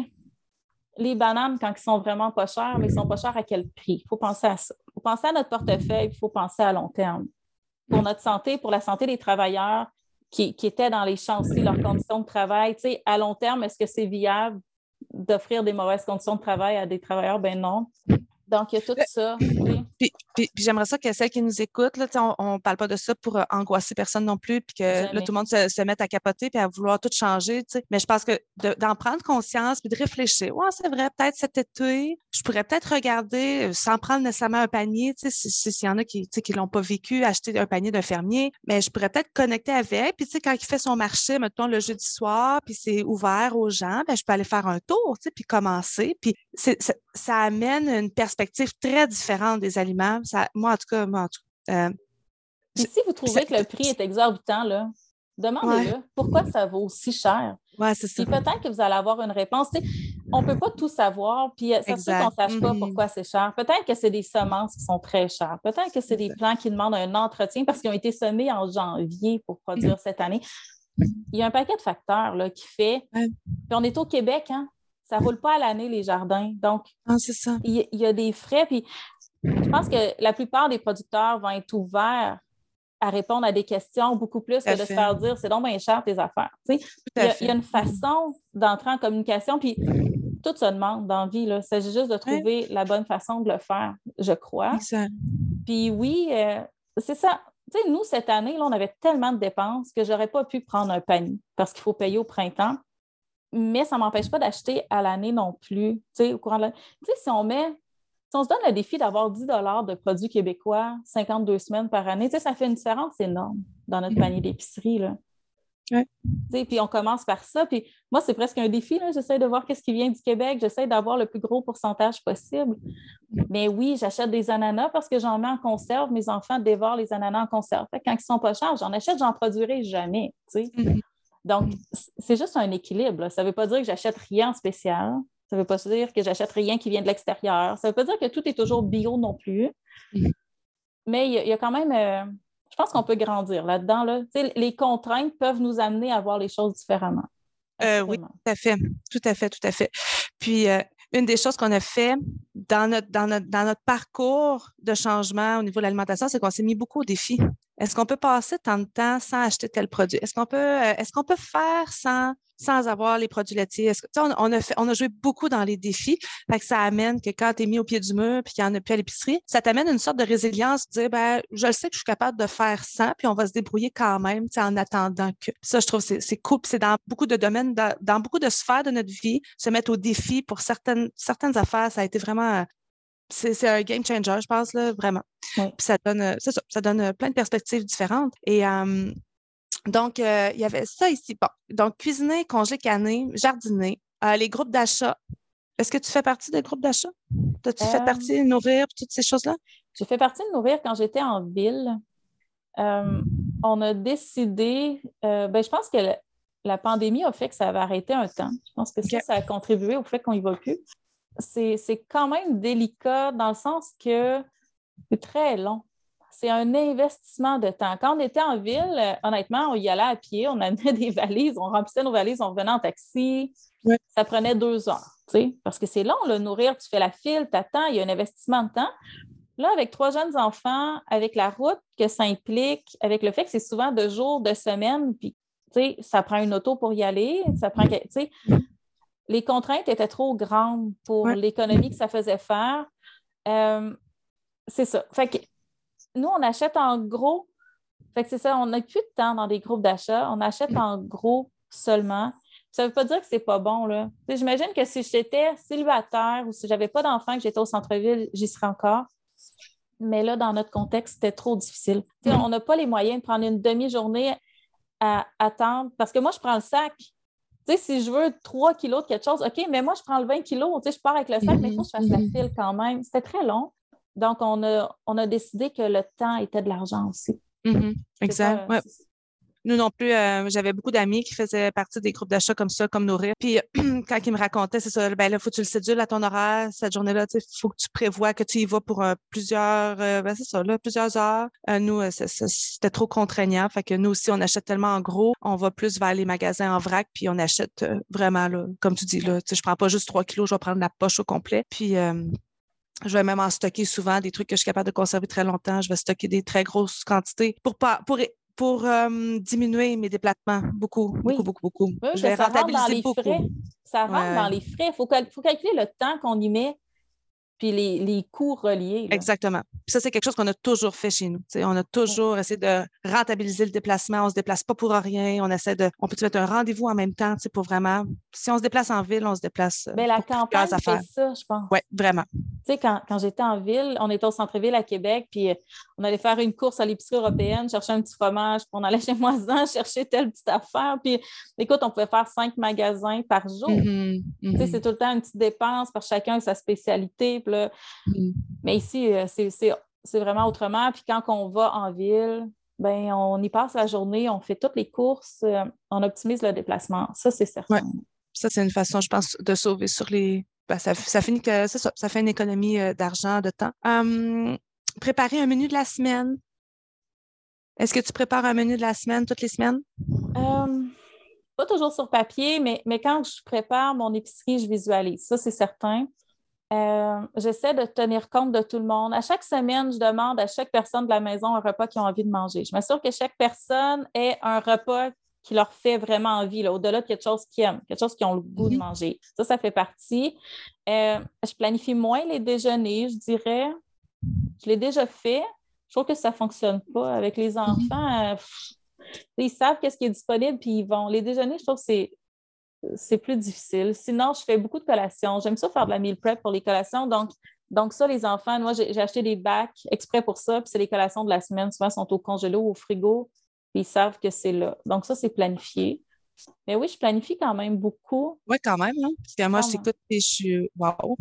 les bananes, quand ils sont vraiment pas chers, mais ils sont pas chers à quel prix? Il faut penser à ça. Il faut penser à notre portefeuille, il faut penser à long terme. Pour notre santé, pour la santé des travailleurs qui, qui étaient dans les champs aussi, leurs conditions de travail. Tu sais, à long terme, est-ce que c'est viable d'offrir des mauvaises conditions de travail à des travailleurs? Ben non. Donc, il y a tout ça. Oui. Puis, puis, puis j'aimerais ça que celles qui nous écoutent, là, on ne parle pas de ça pour euh, angoisser personne non plus, puis que là, tout le monde se, se mette à capoter puis à vouloir tout changer. T'sais. Mais je pense que de, d'en prendre conscience puis de réfléchir. Ouais, c'est vrai, peut-être cet été, je pourrais peut-être regarder, sans prendre nécessairement un panier, s'il si, si y en a qui ne l'ont pas vécu, acheter un panier d'un fermier, mais je pourrais peut-être connecter avec. Puis, quand il fait son marché, mettons le jeudi soir, puis c'est ouvert aux gens, ben, je peux aller faire un tour, puis commencer. Puis, c'est, ça, ça amène une perspective très différente des aliments. Ça, moi, en tout cas, moi, en tout cas. Euh, Puis si vous trouvez ça, que le prix est exorbitant, là, demandez-le. Ouais. Pourquoi ça vaut si cher? Oui, c'est ça. Puis peut-être que vous allez avoir une réponse. Tu sais, on ne peut pas tout savoir, puis ça se peut qu'on ne sache pas pourquoi c'est cher. Peut-être que c'est des semences qui sont très chères. Peut-être que c'est des plants qui demandent un entretien parce qu'ils ont été semés en janvier pour produire cette année. Il y a un paquet de facteurs là, qui fait. Ouais. Puis on est au Québec, hein? Ça ne roule pas à l'année, les jardins. Donc, ah, c'est ça. Il, il y a des frais. Puis je pense que la plupart des producteurs vont être ouverts à répondre à des questions beaucoup plus que de se faire dire c'est donc bien cher tes affaires. Tu sais, il, y a, il y a une façon d'entrer en communication. Puis tout se demande dans la vie, là. Il s'agit juste de trouver ouais. la bonne façon de le faire, je crois. Exact. Puis oui, euh, c'est ça. Tu sais, nous, cette année, là, on avait tellement de dépenses que je n'aurais pas pu prendre un panier parce qu'il faut payer au printemps. Mais ça ne m'empêche pas d'acheter à l'année non plus. Tu sais, au courant de l'année. Tu sais, si on met, si on se donne le défi d'avoir dix dollars de produits québécois, cinquante-deux semaines par année, tu sais, ça fait une différence énorme dans notre panier d'épicerie, là. Ouais. Puis on commence par ça. Puis moi, c'est presque un défi. Là. J'essaie de voir qu'est-ce qui vient du Québec. J'essaie d'avoir le plus gros pourcentage possible. Mais oui, j'achète des ananas parce que j'en mets en conserve. Mes enfants dévorent les ananas en conserve. Fait que quand ils ne sont pas chers, j'en achète, j'en produirai jamais. Mm-hmm. Donc, c'est juste un équilibre. Là. Ça ne veut pas dire que j'achète rien en spécial. Ça ne veut pas dire que j'achète rien qui vient de l'extérieur. Ça ne veut pas dire que tout est toujours bio non plus. Mm-hmm. Mais il y, y a quand même... Euh, je pense qu'on peut grandir là-dedans. Là. Les contraintes peuvent nous amener à voir les choses différemment. Euh, oui, tout à fait. Tout à fait, tout à fait. Puis, euh, une des choses qu'on a fait dans notre, dans, notre, dans notre parcours de changement au niveau de l'alimentation, c'est qu'on s'est mis beaucoup au défi. Est-ce qu'on peut passer tant de temps sans acheter tel produit? Est-ce qu'on peut, euh, est-ce qu'on peut faire sans, sans avoir les produits laitiers? Est-ce que, on, on, a fait, on a joué beaucoup dans les défis. Fait que ça amène que quand tu es mis au pied du mur puis qu'il n'y en a plus à l'épicerie, ça t'amène une sorte de résilience, de dire, ben, je le sais que je suis capable de faire sans, puis on va se débrouiller quand même, en attendant que. Puis ça, je trouve, c'est, c'est cool. Puis c'est dans beaucoup de domaines, dans, dans beaucoup de sphères de notre vie, se mettre au défi pour certaines, certaines affaires, ça a été vraiment. C'est, c'est un game changer, je pense, là, vraiment. Oui. Puis ça donne, c'est ça, ça donne plein de perspectives différentes. Et euh, donc, euh, il y avait ça ici. Bon, donc, cuisiner, congé canné, jardiner, euh, les groupes d'achat. Est-ce que tu fais partie des groupes d'achat? As-tu euh, fait partie de Nourrir, toutes ces choses-là? J'ai fait partie de Nourrir quand j'étais en ville. Euh, on a décidé, euh, ben, je pense que le, la pandémie a fait que ça avait arrêté un temps. Je pense que ça, okay. ça a contribué au fait qu'on n'y va plus. C'est, c'est quand même délicat dans le sens que c'est très long. C'est un investissement de temps. Quand on était en ville, honnêtement, on y allait à pied, on amenait des valises, on remplissait nos valises, on revenait en taxi. Oui. Ça prenait deux heures, tu sais, parce que c'est long, le nourrir, tu fais la file, tu attends, il y a un investissement de temps. Là, avec trois jeunes enfants, avec la route que ça implique, avec le fait que c'est souvent de jours, de semaines, puis, tu sais, ça prend une auto pour y aller, ça prend, tu sais, les contraintes étaient trop grandes pour ouais. l'économie que ça faisait faire. Euh, c'est ça. Fait que nous, on achète en gros. Fait que c'est ça, on n'a plus de temps dans des groupes d'achat. On achète en gros seulement. Ça ne veut pas dire que c'est pas bon, là. T'sais, j'imagine que si j'étais célibataire ou si je n'avais pas d'enfants, que j'étais au centre-ville, j'y serais encore. Mais là, dans notre contexte, c'était trop difficile. T'sais, on n'a pas les moyens de prendre une demi-journée à attendre. Parce que moi, je prends le sac. Tu sais, si je veux trois kilos de quelque chose, OK, mais moi, je prends le vingt kilos. Tu sais, je pars avec le sac, mais il faut que je fasse la file quand même. C'était très long. Donc, on a, on a décidé que le temps était de l'argent aussi. Mm-hmm. Exact. Pas, ouais. Nous non plus, euh, j'avais beaucoup d'amis qui faisaient partie des groupes d'achat comme ça, comme Nourrir. Puis, quand ils me racontaient, c'est ça, ben là, faut que tu le cédules à ton horaire, cette journée-là, tu sais, faut que tu prévois que tu y vas pour euh, plusieurs, euh, ben c'est ça, là, plusieurs heures. Euh, nous, euh, c'est, c'est, c'était trop contraignant. Fait que nous aussi, on achète tellement en gros, on va plus vers les magasins en vrac, puis on achète euh, vraiment, là, comme tu dis, là, tu sais, je prends pas juste trois kilos, je vais prendre la poche au complet. Puis, euh, je vais même en stocker souvent des trucs que je suis capable de conserver très longtemps. Je vais stocker des très grosses quantités pour pas, pour, pour euh, diminuer mes déplacements. Beaucoup, oui. beaucoup, beaucoup, beaucoup. Oui, je vais ça rentabiliser rentre dans les beaucoup. Frais. Ça rentre ouais. dans les frais. Il faut, cal- faut calculer le temps qu'on y met puis les, les coûts reliés. Là. Exactement. Puis ça, c'est quelque chose qu'on a toujours fait chez nous. T'sais, on a toujours oui. essayé de rentabiliser le déplacement. On ne se déplace pas pour rien. On essaie de. On peut mettre un rendez-vous en même temps pour vraiment. Si on se déplace en ville, on se déplace. Bien, la campagne fait ça, je pense. Oui, vraiment. Tu sais, quand, quand j'étais en ville, on était au centre-ville à Québec, puis on allait faire une course à l'épicerie européenne, chercher un petit fromage, puis on allait chez Moisin chercher telle petite affaire. Puis, écoute, on pouvait faire cinq magasins par jour. Mm-hmm. Mm-hmm. Tu sais, c'est tout le temps une petite dépense par chacun avec sa spécialité. Puis là, mm-hmm. Mais ici, c'est, c'est, c'est vraiment autrement. Puis quand on va en ville, ben on y passe la journée, on fait toutes les courses, on optimise le déplacement. Ça, c'est certain. Ouais. Ça, c'est une façon, je pense, de sauver sur les... Ben, ça, ça finit que c'est ça, ça fait une économie euh, d'argent, de temps. Hum, préparer un menu de la semaine. Est-ce que tu prépares un menu de la semaine toutes les semaines? Um, pas toujours sur papier, mais, mais quand je prépare mon épicerie, je visualise. Ça, c'est certain. Euh, j'essaie de tenir compte de tout le monde. À chaque semaine, je demande à chaque personne de la maison un repas qu'ils ont envie de manger. Je m'assure que chaque personne ait un repas qui leur fait vraiment envie, là, au-delà de quelque chose qu'ils aiment, quelque chose qu'ils ont le goût mm-hmm. de manger. Ça, ça fait partie. Euh, je planifie moins les déjeuners, je dirais. Je l'ai déjà fait. Je trouve que ça ne fonctionne pas. Avec les enfants, mm-hmm. euh, pff, ils savent qu'est-ce qui est disponible, puis ils vont. Les déjeuners, je trouve que c'est, c'est plus difficile. Sinon, je fais beaucoup de collations. J'aime ça faire de la meal prep pour les collations. Donc, donc ça, les enfants, moi, j'ai, j'ai acheté des bacs exprès pour ça, puis c'est les collations de la semaine. Souvent, ils sont au congélo ou au frigo. Ils savent que c'est là. Donc, ça, c'est planifié. Mais oui, je planifie quand même beaucoup. Oui, quand même. Hein? Parce que moi, je t'écoute et je suis... Wow!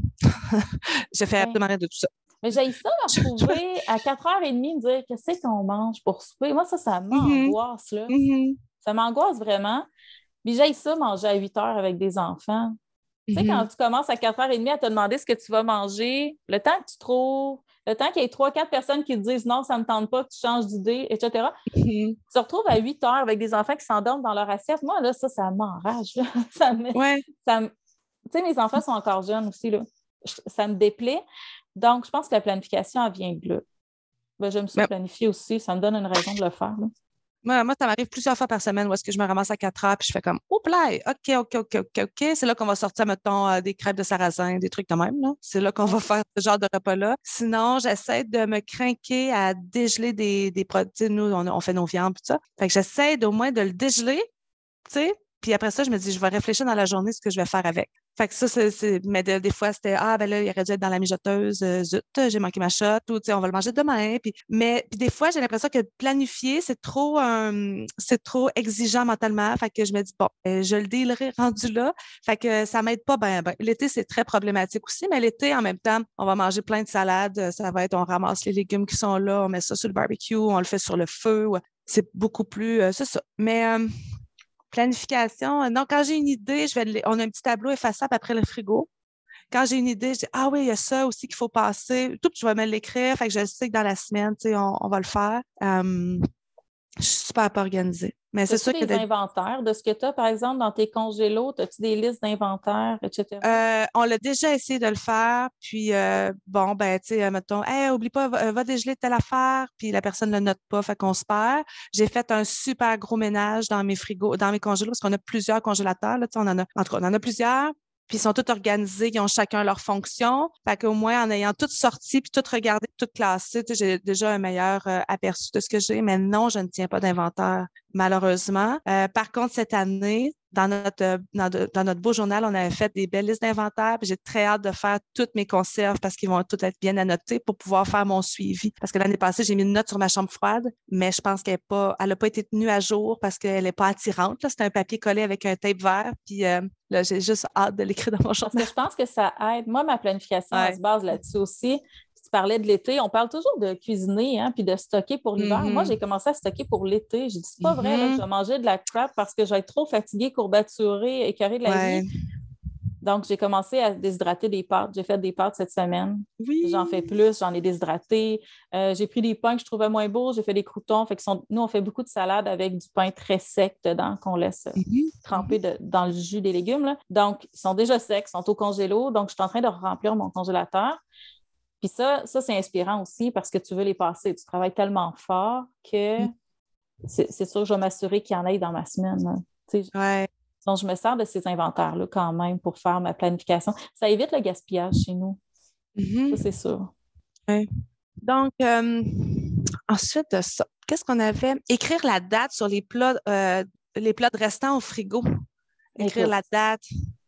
Je fais absolument rien de tout ça. Mais j'ai ça me retrouver à quatre heures trente, me dire qu'est-ce qu'on mange pour souper. Moi, ça, ça m'angoisse. Là. Mm-hmm. Ça m'angoisse vraiment. Puis j'ai ça manger à huit heures avec des enfants. Mm-hmm. Tu sais, quand tu commences à quatre heures trente à te demander ce que tu vas manger, le temps que tu trouves... Le temps qu'il y ait trois, quatre personnes qui te disent non, ça ne me tente pas, que tu changes d'idée, et cetera. Mm-hmm. Tu te retrouves à huit heures avec des enfants qui s'endorment dans leur assiette. Moi, là, ça, ça m'enrage. Là. Ça me, ouais. ça me... Tu sais, mes enfants sont encore jeunes aussi. Là. Ça me déplaît. Donc, je pense que la planification, elle vient de là. Ben, j'aime ça Mais... planifier aussi. Ça me donne une raison de le faire. Là. Moi, moi, ça m'arrive plusieurs fois par semaine où est-ce que je me ramasse à quatre heures puis je fais comme « Oups là! OK, OK, OK, OK, OK. » C'est là qu'on va sortir, mettons, euh, des crêpes de sarrasin, des trucs de même. Là. C'est là qu'on va faire ce genre de repas-là. Sinon, j'essaie de me craquer à dégeler des, des produits. Nous, on, on fait nos viandes et tout ça. Fait que j'essaie au moins de le dégeler, tu sais. Puis après ça, je me dis, je vais réfléchir dans la journée ce que je vais faire avec. Fait que ça, c'est, c'est mais de, des fois, c'était, ah, ben là, il aurait dû être dans la mijoteuse, euh, zut, j'ai manqué ma shot, ou, tu sais, on va le manger demain. Puis, mais, puis des fois, j'ai l'impression que planifier, c'est trop, euh, c'est trop exigeant mentalement. Fait que je me dis, bon, euh, je le dealerai rendu là. Fait que ça m'aide pas ben, ben. L'été, c'est très problématique aussi, mais l'été, en même temps, on va manger plein de salades. Ça va être, on ramasse les légumes qui sont là, on met ça sur le barbecue, on le fait sur le feu. C'est beaucoup plus, euh, c'est ça. Mais, euh, planification. Non, quand j'ai une idée, je vais on a un petit tableau effaçable après le frigo. Quand j'ai une idée, je dis ah oui, il y a ça aussi qu'il faut passer. Tout, je vais me l'écrire. Fait que je sais que dans la semaine, tu sais, on, on va le faire. Um, je suis super pas organisée. Mais c'est sûr que des d'être... inventaires de ce que tu as, par exemple, dans tes congélos? As-tu des listes d'inventaires, et cetera? Euh, on l'a déjà essayé de le faire. Puis, euh, bon, ben, tu sais, mettons, hey, oublie pas, va, va dégeler telle affaire. Puis la personne ne le note pas, fait qu'on se perd. J'ai fait un super gros ménage dans mes frigos, dans mes congélos, parce qu'on a plusieurs congélateurs. Là, tu sais, on en a, en tout cas, on en a plusieurs. Puis ils sont tous organisés, ils ont chacun leur fonction. Fait qu'au moins, en ayant tout sorti, puis tout regardé, tout classé, tu sais, j'ai déjà un meilleur euh, aperçu de ce que j'ai. Mais non, je ne tiens pas d'inventaire, malheureusement. Euh, par contre, cette année, dans notre, dans, de, dans notre beau journal, on avait fait des belles listes d'inventaire. Puis j'ai très hâte de faire toutes mes conserves parce qu'ils vont toutes être bien annotés pour pouvoir faire mon suivi. Parce que l'année passée, j'ai mis une note sur ma chambre froide, mais je pense qu'elle n'a pas, elle a pas été tenue à jour parce qu'elle n'est pas attirante. Là. C'est un papier collé avec un tape vert. Puis euh, là, j'ai juste hâte de l'écrire dans mon journal. Parce que je pense que ça aide. Moi, ma planification, ouais. elle se base là-dessus aussi. Tu parlais de l'été, on parle toujours de cuisiner, hein, puis de stocker pour l'hiver. Mm-hmm. Moi, j'ai commencé à stocker pour l'été. J'ai dit, c'est pas mm-hmm. vrai, là, que je vais manger de la crap parce que je vais être trop fatiguée, courbaturée, écœurée de la ouais. vie. Donc, j'ai commencé à déshydrater des pâtes. J'ai fait des pâtes cette semaine. Oui. J'en fais plus, j'en ai déshydratées. Euh, j'ai pris des pains que je trouvais moins beaux. J'ai fait des croûtons. Fait que sont... Nous, on fait beaucoup de salades avec du pain très sec dedans qu'on laisse mm-hmm. tremper de... dans le jus des légumes. Là. Donc, ils sont déjà secs, ils sont au congélo. Donc, je suis en train de remplir mon congélateur. Puis ça, ça, c'est inspirant aussi parce que tu veux les passer. Tu travailles tellement fort que mm. c'est, c'est sûr que je vais m'assurer qu'il y en ait dans ma semaine. Ouais. Donc, je me sers de ces inventaires-là quand même pour faire ma planification. Ça évite le gaspillage chez nous. Mm-hmm. Ça, c'est sûr. Ouais. Donc, euh, ensuite de ça, qu'est-ce qu'on avait? Écrire la date sur les plats, euh, les plats de restants au frigo. Écrire Écoute. la date.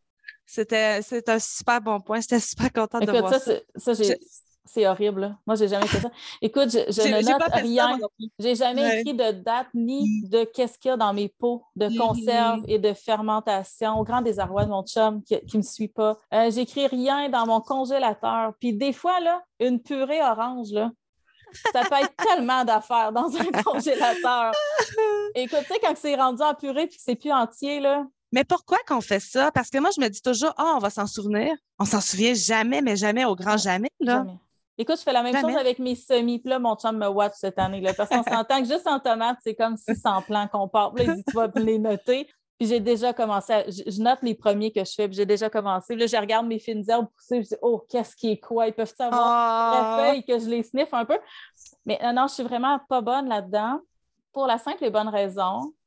C'était, c'était un super bon point. J'étais super contente Écoute, de voir ça. ça. ça j'ai... Je... C'est horrible. Là. Moi, je n'ai jamais fait ça. Écoute, je, je j'ai, ne j'ai note rien. Je n'ai jamais ouais. écrit de date ni de qu'est-ce qu'il y a dans mes pots de mm-hmm. conserve et de fermentation, au grand désarroi de mon chum qui ne me suit pas. Euh, j'écris rien dans mon congélateur. Puis des fois, là, une purée orange, là, ça peut être tellement d'affaires dans un congélateur. Écoute, tu sais, quand c'est rendu en purée et que c'est plus entier, là, mais pourquoi qu'on fait ça? Parce que moi, je me dis toujours, ah, oh, on va s'en souvenir. On s'en souvient jamais, mais jamais, au grand jamais, là. Jamais. Écoute, je fais la même jamais. chose avec mes semis. Puis là, mon chum me watch cette année, là, parce qu'on s'entend que juste en tomates, c'est comme six cents plans qu'on part. Puis là, il dit, tu vas les noter. Puis j'ai déjà commencé, à... je note les premiers que je fais, puis j'ai déjà commencé. Puis là, je regarde mes fines herbes pousser, je dis, oh, qu'est-ce qui est quoi? Ils peuvent avoir oh. feuilles que je les sniffe un peu? Mais non, non, je suis vraiment pas bonne là-dedans. Pour la simple et bonne raison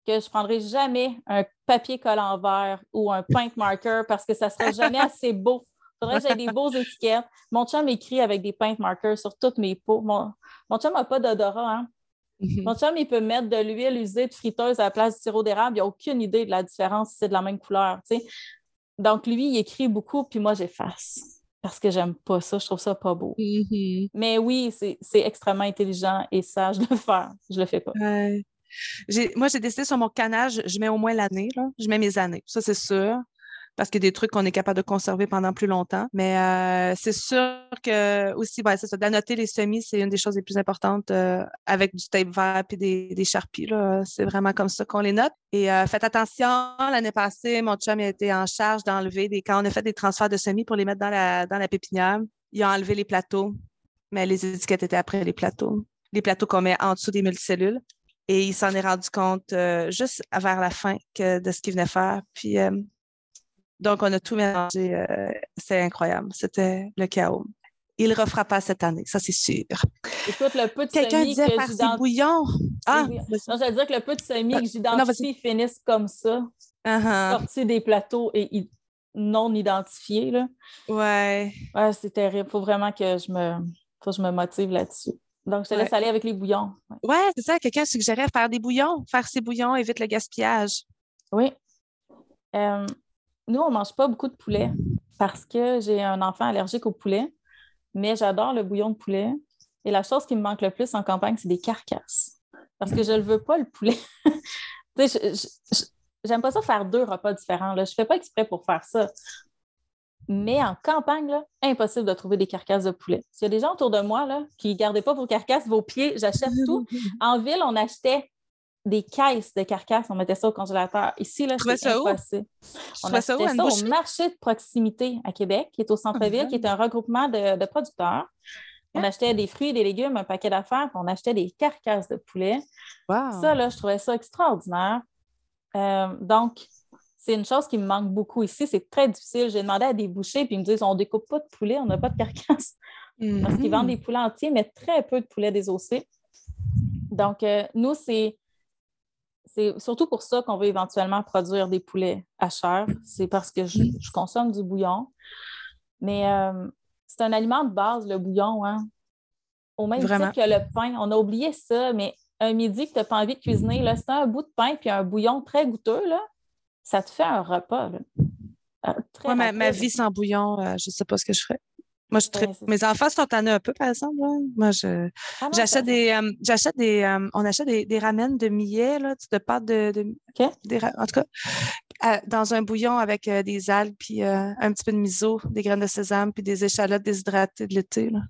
que je ne prendrai jamais un papier collant vert ou un paint marker parce que ça ne sera jamais assez beau. Il faudrait que j'aie des beaux étiquettes. Mon chum écrit avec des paint markers sur toutes mes peaux. Mon, mon chum n'a pas d'odorat, hein? Mm-hmm. Mon chum, il peut mettre de l'huile usée de friteuse à la place du sirop d'érable. Il n'a aucune idée de la différence si c'est de la même couleur, tu sais. Donc, lui, il écrit beaucoup, puis moi, j'efface. Parce que j'aime pas ça, je trouve ça pas beau. Mm-hmm. Mais oui, c'est, c'est extrêmement intelligent et sage de le faire. Je le fais pas. Ouais. J'ai, moi, j'ai décidé sur mon canage, je mets au moins l'année, là. Je mets mes années, ça c'est sûr, parce qu'il y a des trucs qu'on est capable de conserver pendant plus longtemps. Mais euh, c'est sûr que aussi, ouais, c'est ça, d'annoter les semis, c'est une des choses les plus importantes euh, avec du tape vert et des, des Sharpies, là. C'est vraiment comme ça qu'on les note. Et euh, faites attention, l'année passée, mon chum a été en charge d'enlever des, quand on a fait des transferts de semis pour les mettre dans la, dans la pépinière, il a enlevé les plateaux, mais les étiquettes étaient après les plateaux. Les plateaux qu'on met en dessous des multicellules. Et il s'en est rendu compte euh, juste vers la fin que, de ce qu'il venait faire. Puis, euh, donc, on a tout mélangé. Euh, c'est incroyable. C'était le chaos. Il ne le refera pas cette année, ça, c'est sûr. Écoute, le peu de Quelqu'un semis disait que faire j'identifie... ses bouillons. Ah! Oui, oui. Non, j'allais dire que le peu de semis que j'identifie non, finissent comme ça, uh-huh. sortis des plateaux et non identifiés. Là. Ouais. Ouais, c'est terrible. Il faut vraiment que je me, faut que je me motive là-dessus. Donc, je te ouais. laisse aller avec les bouillons. Oui, ouais, c'est ça. Quelqu'un suggérait faire des bouillons. Faire ses bouillons évite le gaspillage. Oui. Euh, nous, on ne mange pas beaucoup de poulet parce que j'ai un enfant allergique au poulet, mais j'adore le bouillon de poulet. Et la chose qui me manque le plus en campagne, c'est des carcasses. Parce que je ne le veux pas, le poulet. Tu sais, je, je, je, j'aime pas ça faire deux repas différents. Là. Je ne fais pas exprès pour faire ça. Mais en campagne, là, impossible de trouver des carcasses de poulet. S'il y a des gens autour de moi là, qui ne gardaient pas vos carcasses, vos pieds, j'achète tout. En ville, on achetait des caisses de carcasses, on mettait ça au congélateur. Ici, là, c'est ça impossible. Où? On achetait ça, ça au marché de proximité à Québec, qui est au centre-ville, uh-huh. qui est un regroupement de, de producteurs. On achetait des fruits, des légumes, un paquet d'affaires, puis on achetait des carcasses de poulet. Wow. Ça, là, je trouvais ça extraordinaire. Euh, donc, c'est une chose qui me manque beaucoup ici. C'est très difficile. J'ai demandé à des bouchers, puis ils me disent on ne découpe pas de poulet, on n'a pas de carcasse. Mm-hmm. Parce qu'ils vendent des poulets entiers, mais très peu de poulets désossés. Donc, euh, nous, c'est, c'est surtout pour ça qu'on veut éventuellement produire des poulets à chair. C'est parce que je, je consomme du bouillon. Mais euh, c'est un aliment de base, le bouillon. Hein? Au même Vraiment. titre que le pain. On a oublié ça, mais un midi que tu n'as pas envie de cuisiner, là, c'est un bout de pain puis un bouillon très goûteux, là. Ça te fait un repas. Là. Euh, très ouais, ma, ma vie sans bouillon, euh, je ne sais pas ce que je ferais. Moi, je ouais, mes enfants sont tannés un peu, par exemple. Là. Moi, je ah non, j'achète, des, euh, j'achète des. Euh, on achète des, des ramen de millet, là, de pâte de. de okay. des, en tout cas, euh, dans un bouillon avec euh, des algues, puis euh, un petit peu de miso, des graines de sésame, puis des échalotes déshydratées de l'été. Là.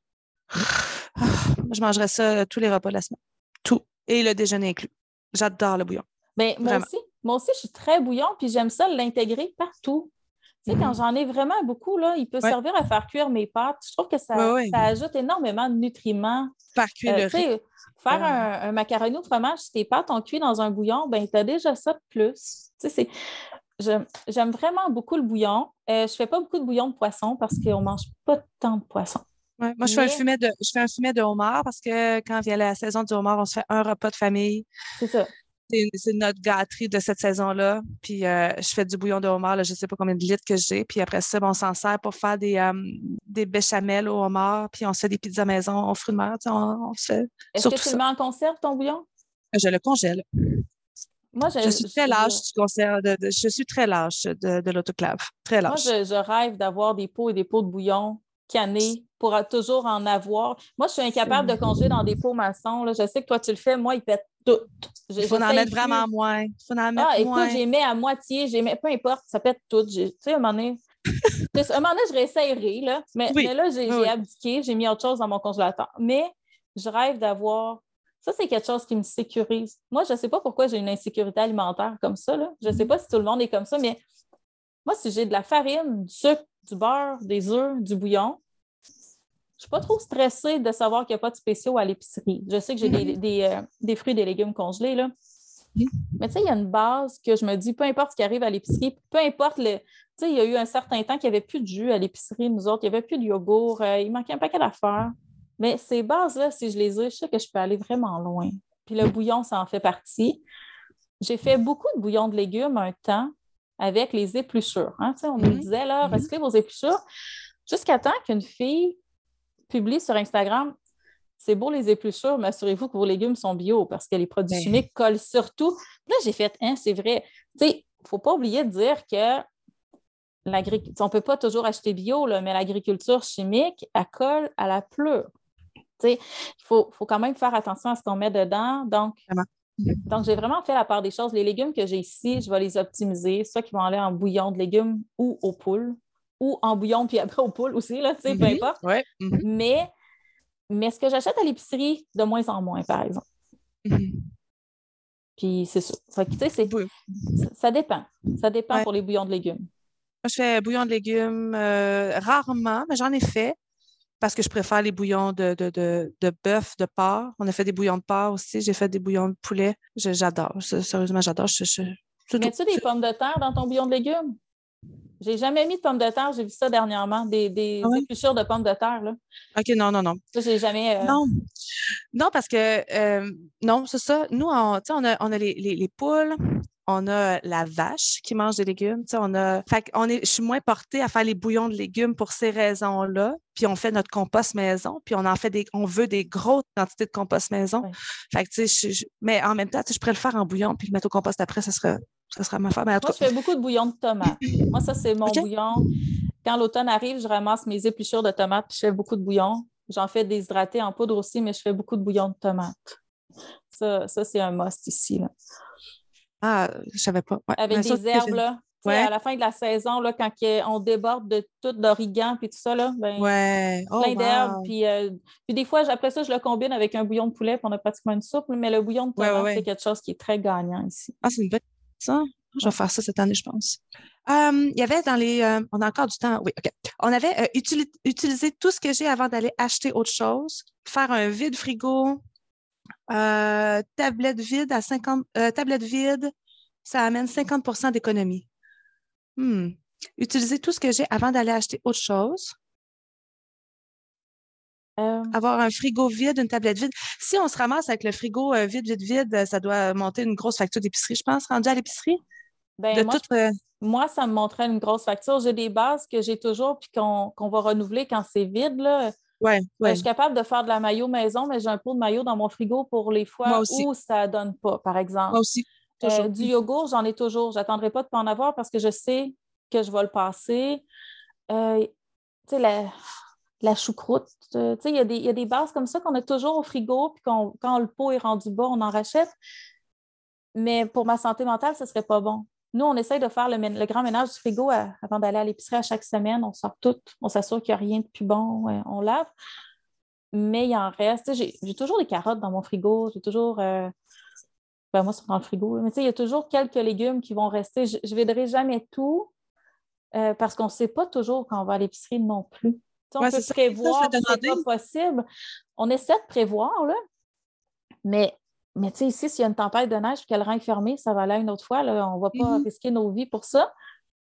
Ah, je mangerais ça tous les repas de la semaine. Tout. Et le déjeuner inclus. J'adore le bouillon. Bien, moi aussi. Moi aussi, je suis très bouillon, puis j'aime ça l'intégrer partout. Tu sais, mm-hmm. quand j'en ai vraiment beaucoup, là, il peut ouais. servir à faire cuire mes pâtes. Je trouve que ça, ouais, ouais. ça ajoute énormément de nutriments. Faire cuire euh, le riz. Faire ouais. un, un macaroni au fromage, si tes pâtes ont cuit dans un bouillon, ben tu as déjà ça de plus. Tu sais, c'est... Je, j'aime vraiment beaucoup le bouillon. Euh, je ne fais pas beaucoup de bouillon de poisson parce qu'on ne mange pas tant de poisson. Ouais, moi, je, Mais... fais un fumet de, je fais un fumet de homard parce que quand vient la saison du homard, on se fait un repas de famille. C'est ça. C'est, c'est notre gâterie de cette saison-là. Puis, euh, je fais du bouillon de homard, là, je ne sais pas combien de litres que j'ai. Puis après ça, on s'en sert pour faire des, um, des béchamels au homard. Puis, on se fait des pizzas maison aux fruits de mer. On, on se fait Est-ce que tu ça. le mets en conserve, ton bouillon? Je le congèle. Moi, je, je suis très lâche je... du conserve. De, de, je suis très lâche de, de l'autoclave. Très lâche. Moi, je, je rêve d'avoir des pots et des pots de bouillon canés pour toujours en avoir. Moi, je suis incapable de congeler dans des pots maçons. Là. Je sais que toi, tu le fais. Moi, ils pètent tout. Il faut en mettre plus. vraiment moins. Il faut en mettre ah, moins. Écoute, j'y mets à moitié. J'y mets, peu importe, ça pète tout. Tu sais, à un moment donné, à un moment donné je réessayerai. Là. Mais, oui. mais là, j'ai, oui. j'ai abdiqué. J'ai mis autre chose dans mon congélateur. Mais je rêve d'avoir... Ça, c'est quelque chose qui me sécurise. Moi, je ne sais pas pourquoi j'ai une insécurité alimentaire comme ça. Là. Je ne sais pas si tout le monde est comme ça, mais moi, si j'ai de la farine, du sucre, du beurre, des œufs, du bouillon, je ne suis pas trop stressée de savoir qu'il n'y a pas de spéciaux à l'épicerie. Je sais que j'ai mm-hmm. des, des, euh, des fruits et des légumes congelés, là. Mm-hmm. Mais tu sais, il y a une base que je me dis, peu importe ce qui arrive à l'épicerie, peu importe le... Tu sais, il y a eu un certain temps qu'il n'y avait plus de jus à l'épicerie, nous autres, il n'y avait plus de yogourt, euh, il manquait un paquet d'affaires. Mais ces bases-là, si je les ai, je sais que je peux aller vraiment loin. Puis le bouillon, ça en fait partie. j'ai fait beaucoup de bouillon de légumes un temps avec les épluchures. Hein? On mm-hmm. nous disait, là, recyclez mm-hmm. vos épluchures. Jusqu'à temps qu'une fille publie sur Instagram, c'est beau les épluchures, mais assurez-vous que vos légumes sont bio parce que les produits ben... chimiques collent surtout. Là, j'ai fait, hein, c'est vrai. Tu sais, il ne faut pas oublier de dire que l'agriculture, on ne peut pas toujours acheter bio, là, mais l'agriculture chimique, elle colle à la pleure. Il faut, faut quand même faire attention à ce qu'on met dedans. Donc, donc, j'ai vraiment fait la part des choses. Les légumes que j'ai ici, je vais les optimiser, soit qui vont aller en bouillon de légumes ou aux poules, ou en bouillon puis après aux poules aussi, là, mm-hmm. peu importe. Ouais. Mm-hmm. Mais, mais ce que j'achète à l'épicerie, de moins en moins, par exemple. Mm-hmm. Puis c'est ça. Fait que, c'est, oui. ça. Ça dépend. Ça dépend ouais. pour les bouillons de légumes. Moi, je fais bouillon de légumes euh, rarement, mais j'en ai fait parce que je préfère les bouillons de, de, de, de bœuf, de porc. On a fait des bouillons de porc aussi. J'ai fait des bouillons de poulet. Je, j'adore. Je, sérieusement, j'adore. Je, je, je, Mets-tu des pommes de terre dans ton bouillon de légumes? J'ai jamais mis de pommes de terre. J'ai vu ça dernièrement. Des, des ah ouais? épluchures de pommes de terre. Là. OK, non, non, non. Ça, j'ai jamais... Euh... Non. Non, parce que... Euh, non, c'est ça. Nous, on, on, a, on a les, les, les poules... On a la vache qui mange des légumes. On a... fait qu'on est... Je suis moins portée à faire les bouillons de légumes pour ces raisons-là. Puis on fait notre compost maison. Puis on en fait des... on veut des grosses quantités de compost maison. Ouais. Fait que, tu sais, je... Mais en même temps, je pourrais le faire en bouillon puis le mettre au compost après, ça sera, ça sera ma femme. Moi, je fais beaucoup de bouillon de tomates. Moi, ça, c'est mon okay. bouillon. Quand l'automne arrive, je ramasse mes épluchures de tomates puis je fais beaucoup de bouillon. J'en fais déshydraté en poudre aussi, mais je fais beaucoup de bouillon de tomates. Ça, ça c'est un must ici, là. Ah, je ne savais pas. Ouais. Avec mais des herbes, là. Ouais. À la fin de la saison, là, quand on déborde de tout l'origan et tout ça, là, ben, ouais. oh, plein wow. d'herbes. Puis, euh, puis des fois, après ça, je le combine avec un bouillon de poulet, puis on a pratiquement une soupe. Mais le bouillon de tomate, ouais, ouais, ouais. c'est quelque chose qui est très gagnant ici. Ah, c'est une bonne ça. Je vais ouais. faire ça cette année, je pense. Um, il y avait dans les... Euh, on a encore du temps. Oui, OK. On avait euh, utili- utilisé tout ce que j'ai avant d'aller acheter autre chose. Faire un vide frigo... Euh, tablette vide à cinquante euh, tablette vide, ça amène cinquante pour cent d'économie. Hmm. Utiliser tout ce que j'ai avant d'aller acheter autre chose. Euh... Avoir un frigo vide, une tablette vide. Si on se ramasse avec le frigo euh, vide, vide, vide, ça doit monter une grosse facture d'épicerie, je pense, rendu à l'épicerie. Ben, de moi, toute, euh... moi, ça me montrait une grosse facture. J'ai des bases que j'ai toujours puis qu'on, qu'on va renouveler quand c'est vide, là. Ouais, ouais. Je suis capable de faire de la mayo maison, mais j'ai un pot de mayo dans mon frigo pour les fois où ça ne donne pas, par exemple. Moi aussi. Euh, du yogourt, j'en ai toujours. Je n'attendrai pas de pas en avoir parce que je sais que je vais le passer. Euh, tu sais, la, la choucroute, euh, tu sais, il y, y a des bases comme ça qu'on a toujours au frigo, puis qu'on, quand le pot est rendu bas, on en rachète. Mais pour ma santé mentale, ce ne serait pas bon. Nous, on essaye de faire le, le grand ménage du frigo à, avant d'aller à l'épicerie à chaque semaine. On sort tout, on s'assure qu'il n'y a rien de plus bon, ouais, on lave. Mais il en reste. J'ai, j'ai toujours des carottes dans mon frigo. J'ai toujours... Euh, ben moi, c'est dans le frigo. Là. Mais tu sais, il y a toujours quelques légumes qui vont rester. Je ne viderai jamais tout euh, parce qu'on ne sait pas toujours quand on va à l'épicerie non plus. T'sais, on ouais, peut prévoir, ça, c'est pas possible. On essaie de prévoir, là. Mais... Mais tu sais, ici, s'il y a une tempête de neige et que le rang est fermé, ça va aller une autre fois. Là. On ne va pas mm-hmm. risquer nos vies pour ça.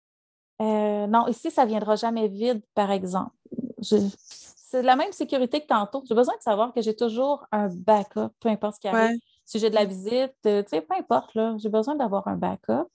Euh, non, ici, ça ne viendra jamais vide, par exemple. Je... C'est la même sécurité que tantôt. J'ai besoin de savoir que j'ai toujours un backup, peu importe ce qui arrive. Ouais. Si j'ai de la visite, tu sais, peu importe, là, j'ai besoin d'avoir un backup.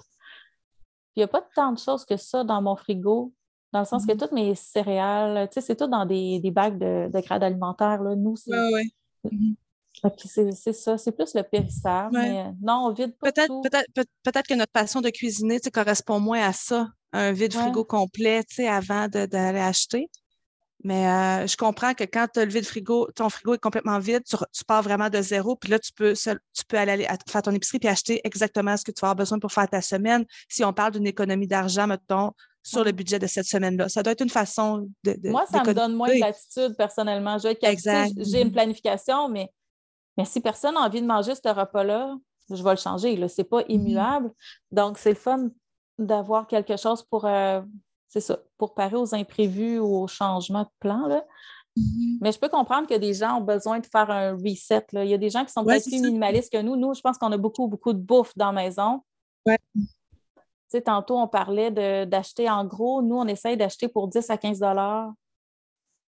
Il n'y a pas tant de choses que ça dans mon frigo, dans le sens mm-hmm. que toutes mes céréales, tu sais, c'est tout dans des, des bacs de, de grade alimentaire. Là. Nous, c'est... Ouais, ouais. Mm-hmm. Okay, c'est, c'est ça, c'est plus le périssable, ouais. mais non, on vide pas peut-être, tout. Peut-être, peut- peut-être que notre passion de cuisiner correspond moins à ça, un vide frigo ouais. complet avant de, d'aller acheter. Mais euh, je comprends que quand le vide frigo, ton frigo est complètement vide, tu, tu pars vraiment de zéro, puis là, tu peux, tu peux aller à, faire ton épicerie puis acheter exactement ce que tu vas avoir besoin pour faire ta semaine. Si on parle d'une économie d'argent, mettons, sur ouais. le budget de cette semaine-là. Ça doit être une façon de, de Moi, ça me donne moins de latitude, personnellement. Je vais être exact. J'ai une planification, mais Mais si personne n'a envie de manger ce repas-là, je vais le changer. Ce n'est pas immuable. Mm-hmm. Donc, c'est le fun d'avoir quelque chose pour, euh, c'est ça, pour parer aux imprévus ou aux changements de plan. Là. Mm-hmm. Mais je peux comprendre que des gens ont besoin de faire un reset. Là. Il y a des gens qui sont ouais, peut-être plus ça. minimalistes que nous. Nous, je pense qu'on a beaucoup, beaucoup de bouffe dans la maison. Ouais. Tu sais, tantôt, on parlait de, d'acheter en gros. Nous, on essaye d'acheter pour dix à quinze dollars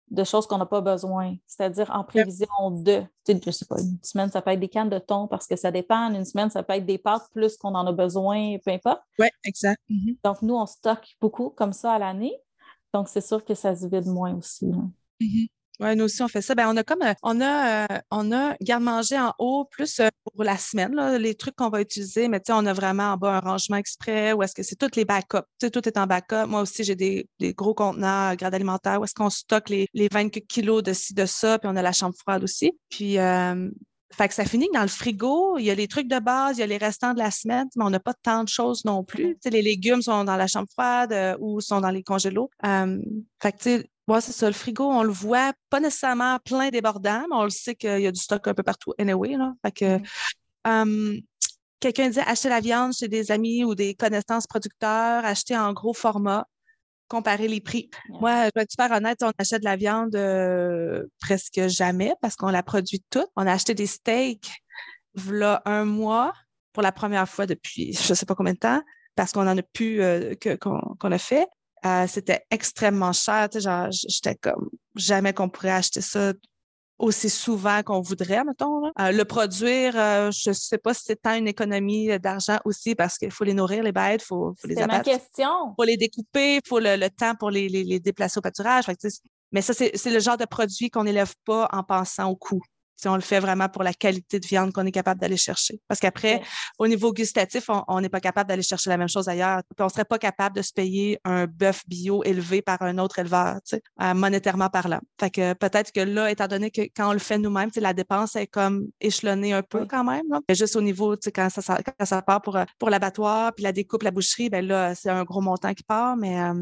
de choses qu'on n'a pas besoin, c'est-à-dire en prévision de, tu sais, je sais pas, une semaine, ça peut être des cannes de thon parce que ça dépend, une semaine, ça peut être des pâtes plus qu'on en a besoin, peu importe. Oui, exact. Mm-hmm. Donc, nous, on stocke beaucoup comme ça à l'année. Donc, c'est sûr que ça se vide moins aussi. Mm-hmm. Oui, nous aussi, on fait ça. Ben, on a comme, on a, euh, on a garde-manger en haut, plus euh, pour la semaine, là, les trucs qu'on va utiliser, mais tu sais, on a vraiment en bas un rangement exprès où est-ce que c'est tous les backups. Tu sais, tout est en backup. Moi aussi, j'ai des, des gros contenants euh, grade alimentaire où est-ce qu'on stocke les, les vingt kilos de ci, de ça, puis on a la chambre froide aussi. Puis, euh, fait que ça finit que dans le frigo, il y a les trucs de base, il y a les restants de la semaine, mais on n'a pas tant de choses non plus. Mm-hmm. Tu sais, les légumes sont dans la chambre froide euh, ou sont dans les congélos. Euh, fait que, tu sais, ouais, c'est ça. Le frigo, on le voit pas nécessairement plein débordant, mais on le sait qu'il y a du stock un peu partout anyway, là. Fait que, mm-hmm. euh, quelqu'un disait acheter la viande chez des amis ou des connaissances producteurs, acheter en gros format, comparer les prix. Yeah. Moi, je vais être super honnête, on achète de la viande euh, presque jamais parce qu'on la produit toute. On a acheté des steaks v'là un mois pour la première fois depuis je sais pas combien de temps parce qu'on en a plus euh, que, qu'on, qu'on a fait. Euh, c'était extrêmement cher. Tu sais, genre, j'étais comme jamais qu'on pourrait acheter ça aussi souvent qu'on voudrait, mettons. Là. Euh, le produire, euh, je sais pas si c'est tant une économie d'argent aussi parce qu'il faut les nourrir, les bêtes, il faut, faut les abattre. C'est ma question. Il faut les découper, il faut le, le temps pour les, les, les déplacer au pâturage. Fait que, mais ça, c'est, c'est le genre de produit qu'on n'élève pas en pensant au coût. Si on le fait vraiment pour la qualité de viande qu'on est capable d'aller chercher. Parce qu'après, oui. Au niveau gustatif, on n'est pas capable d'aller chercher la même chose ailleurs. Puis on ne serait pas capable de se payer un bœuf bio élevé par un autre éleveur, tu sais, euh, monétairement parlant. Fait que peut-être que là, étant donné que quand on le fait nous-mêmes, tu sais, la dépense est comme échelonnée un peu oui. Quand même. Là. Juste au niveau, tu sais, quand ça, quand ça part pour, pour l'abattoir, puis la découpe, la boucherie, ben là, c'est un gros montant qui part, mais euh,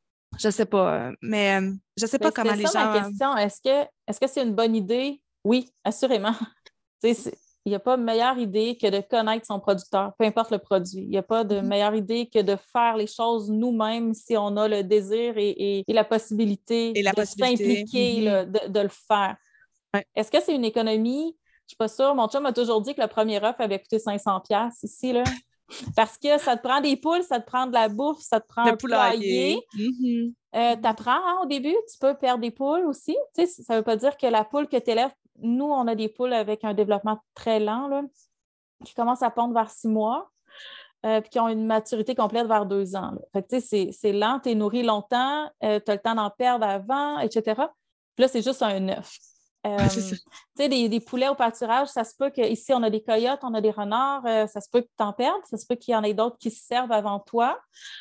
je sais pas. Mais euh, je sais pas mais comment les ça, gens... ma question. Est-ce que, est-ce que c'est une bonne idée? Oui, assurément. Il n'y a pas meilleure idée que de connaître son producteur, peu importe le produit. Il n'y a pas de mm-hmm. meilleure idée que de faire les choses nous-mêmes si on a le désir et, et, et la possibilité et la de possibilité. s'impliquer, Mm-hmm. là, de, de le faire. Ouais. Est-ce que c'est une économie? Je ne suis pas sûre. Mon chum m'a toujours dit que le premier offre avait coûté cinq cents dollars ici, là. Parce que ça te prend des poules, ça te prend de la bouffe, ça te prend le un poulailler. Mm-hmm. Euh, tu apprends hein, au début, tu peux perdre des poules aussi. Tu sais, ça ne veut pas dire que la poule que tu élèves, nous, on a des poules avec un développement très lent, là, qui commencent à pondre vers six mois, euh, puis qui ont une maturité complète vers deux ans. Là. Fait que, tu sais, c'est, c'est lent, tu es nourri longtemps, euh, tu as le temps d'en perdre avant, et cetera. Puis là, c'est juste un œuf. Euh, tu sais, des, des poulets au pâturage, ça se peut qu'ici, on a des coyotes, on a des renards, euh, ça se peut que tu en perdes, ça se peut qu'il y en ait d'autres qui se servent avant toi.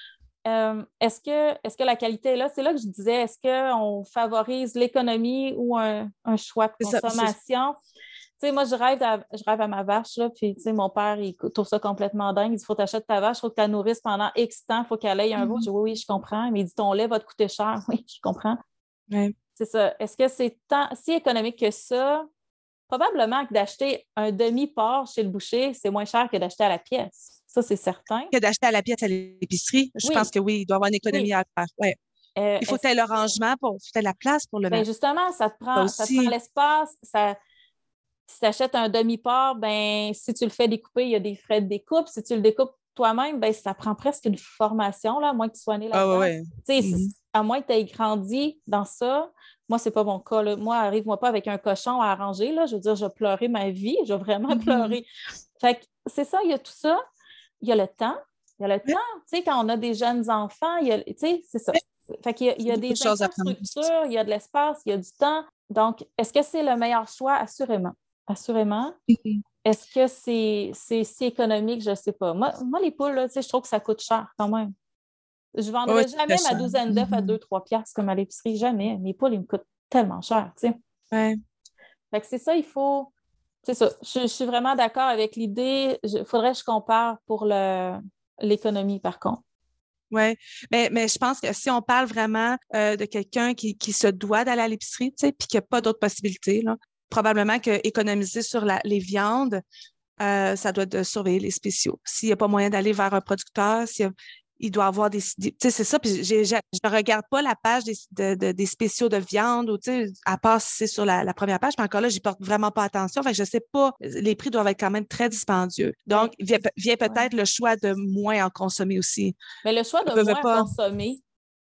Euh, est-ce que, est-ce que la qualité est là? C'est là que je disais, est-ce qu'on favorise l'économie ou un, un choix de consommation? Tu sais, moi, je rêve, à, je rêve à ma vache, là, puis tu sais, mon père, il trouve ça complètement dingue. Il dit, il faut que tu achètes ta vache, il faut que tu la nourrisses pendant X temps, il faut qu'elle aille un veau. Mm-hmm. Je dis, oui, oui, je comprends. Mais il dit, ton lait va te coûter cher. Oui, je comprends. Ouais. C'est ça. Est-ce que c'est tant, si économique que ça? Probablement que d'acheter un demi-porc chez le boucher, c'est moins cher que d'acheter à la pièce. Ça, c'est certain. Que d'acheter à la pièce à l'épicerie. Je oui. pense que oui, il doit y avoir une économie oui. à faire. Ouais. Euh, il faut que tu aies le rangement, pour tu aies la place pour le ben mettre. Justement, ça te prend, ça te prend l'espace. Ça, si tu achètes un demi-porc, ben, si tu le fais découper, il y a des frais de découpe. Si tu le découpes toi-même, ben, ça prend presque une formation, là, à moins que tu sois né là-dedans. Ah, ouais. mm-hmm. À moins que tu aies grandi dans ça. Moi, c'est pas mon cas. Là. Moi, arrive-moi pas avec un cochon à arranger. Là. Je veux dire, je vais pleurer ma vie. Je vais vraiment mm-hmm. pleurer. Fait que c'est ça, il y a tout ça. Il y a le temps. Il y a le oui. temps. Tu sais, quand on a des jeunes enfants, il y a, tu sais, c'est ça. Oui. Fait qu'il y a, il y a des infrastructures, il y a de l'espace, il y a du temps. Donc, est-ce que c'est le meilleur choix? Assurément. Assurément. Mm-hmm. Est-ce que c'est, c'est si économique? Je ne sais pas. Moi, moi, les poules, là, tu sais, je trouve que ça coûte cher quand même. Je ne vendrais oui, jamais ma douzaine d'œufs mm-hmm. à deux trois piastres comme à l'épicerie. Jamais. Mes poules, ils me coûtent tellement cher, tu sais. Oui. Fait que c'est ça, il faut... C'est ça. Je, je suis vraiment d'accord avec l'idée. Il faudrait que je compare pour le, l'économie, par contre. Oui, mais, mais je pense que si on parle vraiment euh, de quelqu'un qui, qui se doit d'aller à l'épicerie, tu sais, puis qu'il n'y a pas d'autres possibilités, là, probablement qu'économiser sur la, les viandes, euh, ça doit de surveiller les spéciaux. S'il n'y a pas moyen d'aller vers un producteur, s'il y a, il doit avoir des... des tu sais, c'est ça, puis j'ai, j'ai, je ne regarde pas la page des, de, de, des spéciaux de viande, ou tu sais, à part si c'est sur la, la première page, mais encore là, j'y porte vraiment pas attention, fait que je sais pas, les prix doivent être quand même très dispendieux. Donc, oui. vient, vient peut-être ouais. le choix de moins en consommer aussi. Mais le choix de je moins pas... en consommer,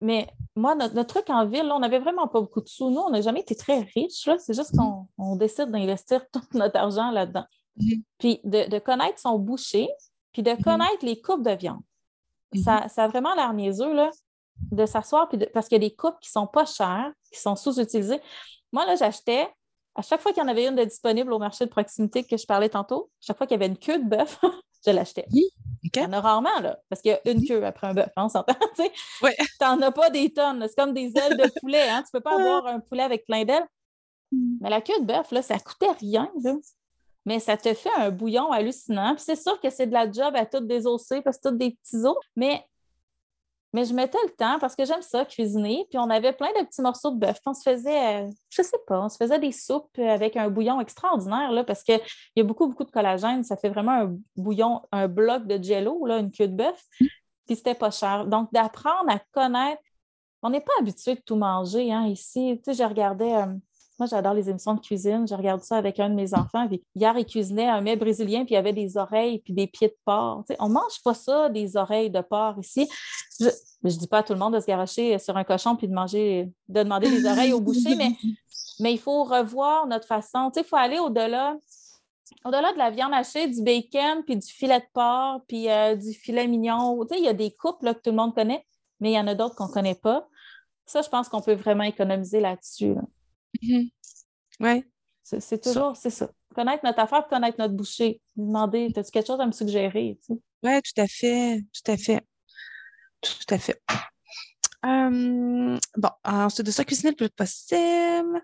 mais moi, notre, notre truc en ville, là, on n'avait vraiment pas beaucoup de sous. Nous, on n'a jamais été très riches. Là. C'est juste qu'on on décide d'investir tout notre argent là-dedans. Mm-hmm. Puis de, de connaître son boucher, puis de connaître mm-hmm. les coupes de viande. Mm-hmm. Ça, ça a vraiment l'air niaiseux, là, de s'asseoir, puis de, parce qu'il y a des coupes qui ne sont pas chères, qui sont sous-utilisées. Moi, là, j'achetais, à chaque fois qu'il y en avait une de disponible au marché de proximité que je parlais tantôt, chaque fois qu'il y avait une queue de bœuf, je l'achetais. Mm-hmm. Okay. Il y en a rarement, là, parce qu'il y a une queue après un bœuf, hein, on s'entend, tu sais. Ouais. T'en as pas des tonnes, là. C'est comme des ailes de poulet, hein. Tu peux pas avoir un poulet avec plein d'ailes. Mais la queue de bœuf, là, ça coûtait rien, là. Mais ça te fait un bouillon hallucinant. Puis c'est sûr que c'est de la job à tout désosser parce que c'est tous des petits os, mais... Mais je mettais le temps parce que j'aime ça, cuisiner. Puis on avait plein de petits morceaux de bœuf. On se faisait, euh, je sais pas, on se faisait des soupes avec un bouillon extraordinaire là, parce qu'il y a beaucoup, beaucoup de collagène. Ça fait vraiment un bouillon, un bloc de jello, là, une queue de bœuf. Puis c'était pas cher. Donc, d'apprendre à connaître. On n'est pas habitué de tout manger hein, ici. Tu sais, je regardais. Euh... Moi, j'adore les émissions de cuisine. Je regarde ça avec un de mes enfants. Puis hier, il cuisinait un mets brésilien, puis il y avait des oreilles puis des pieds de porc. Tu sais, on ne mange pas ça, des oreilles de porc ici. Je ne dis pas à tout le monde de se garocher sur un cochon puis de manger, de demander des oreilles au boucher, mais, mais il faut revoir notre façon. Tu sais, il faut aller au-delà, au-delà de la viande hachée, du bacon, puis du filet de porc, puis euh, du filet mignon. Tu sais, il y a des coupes là, que tout le monde connaît, mais il y en a d'autres qu'on ne connaît pas. Ça, je pense qu'on peut vraiment économiser là-dessus. Là. Mm-hmm. Oui. C'est, c'est toujours, c'est ça. Connaître notre affaire, connaître notre boucher. Demander, as-tu quelque chose à me suggérer? Tu sais? Oui, tout à fait. Tout à fait. Tout à fait. Euh, bon, ensuite de ça, cuisiner le plus possible.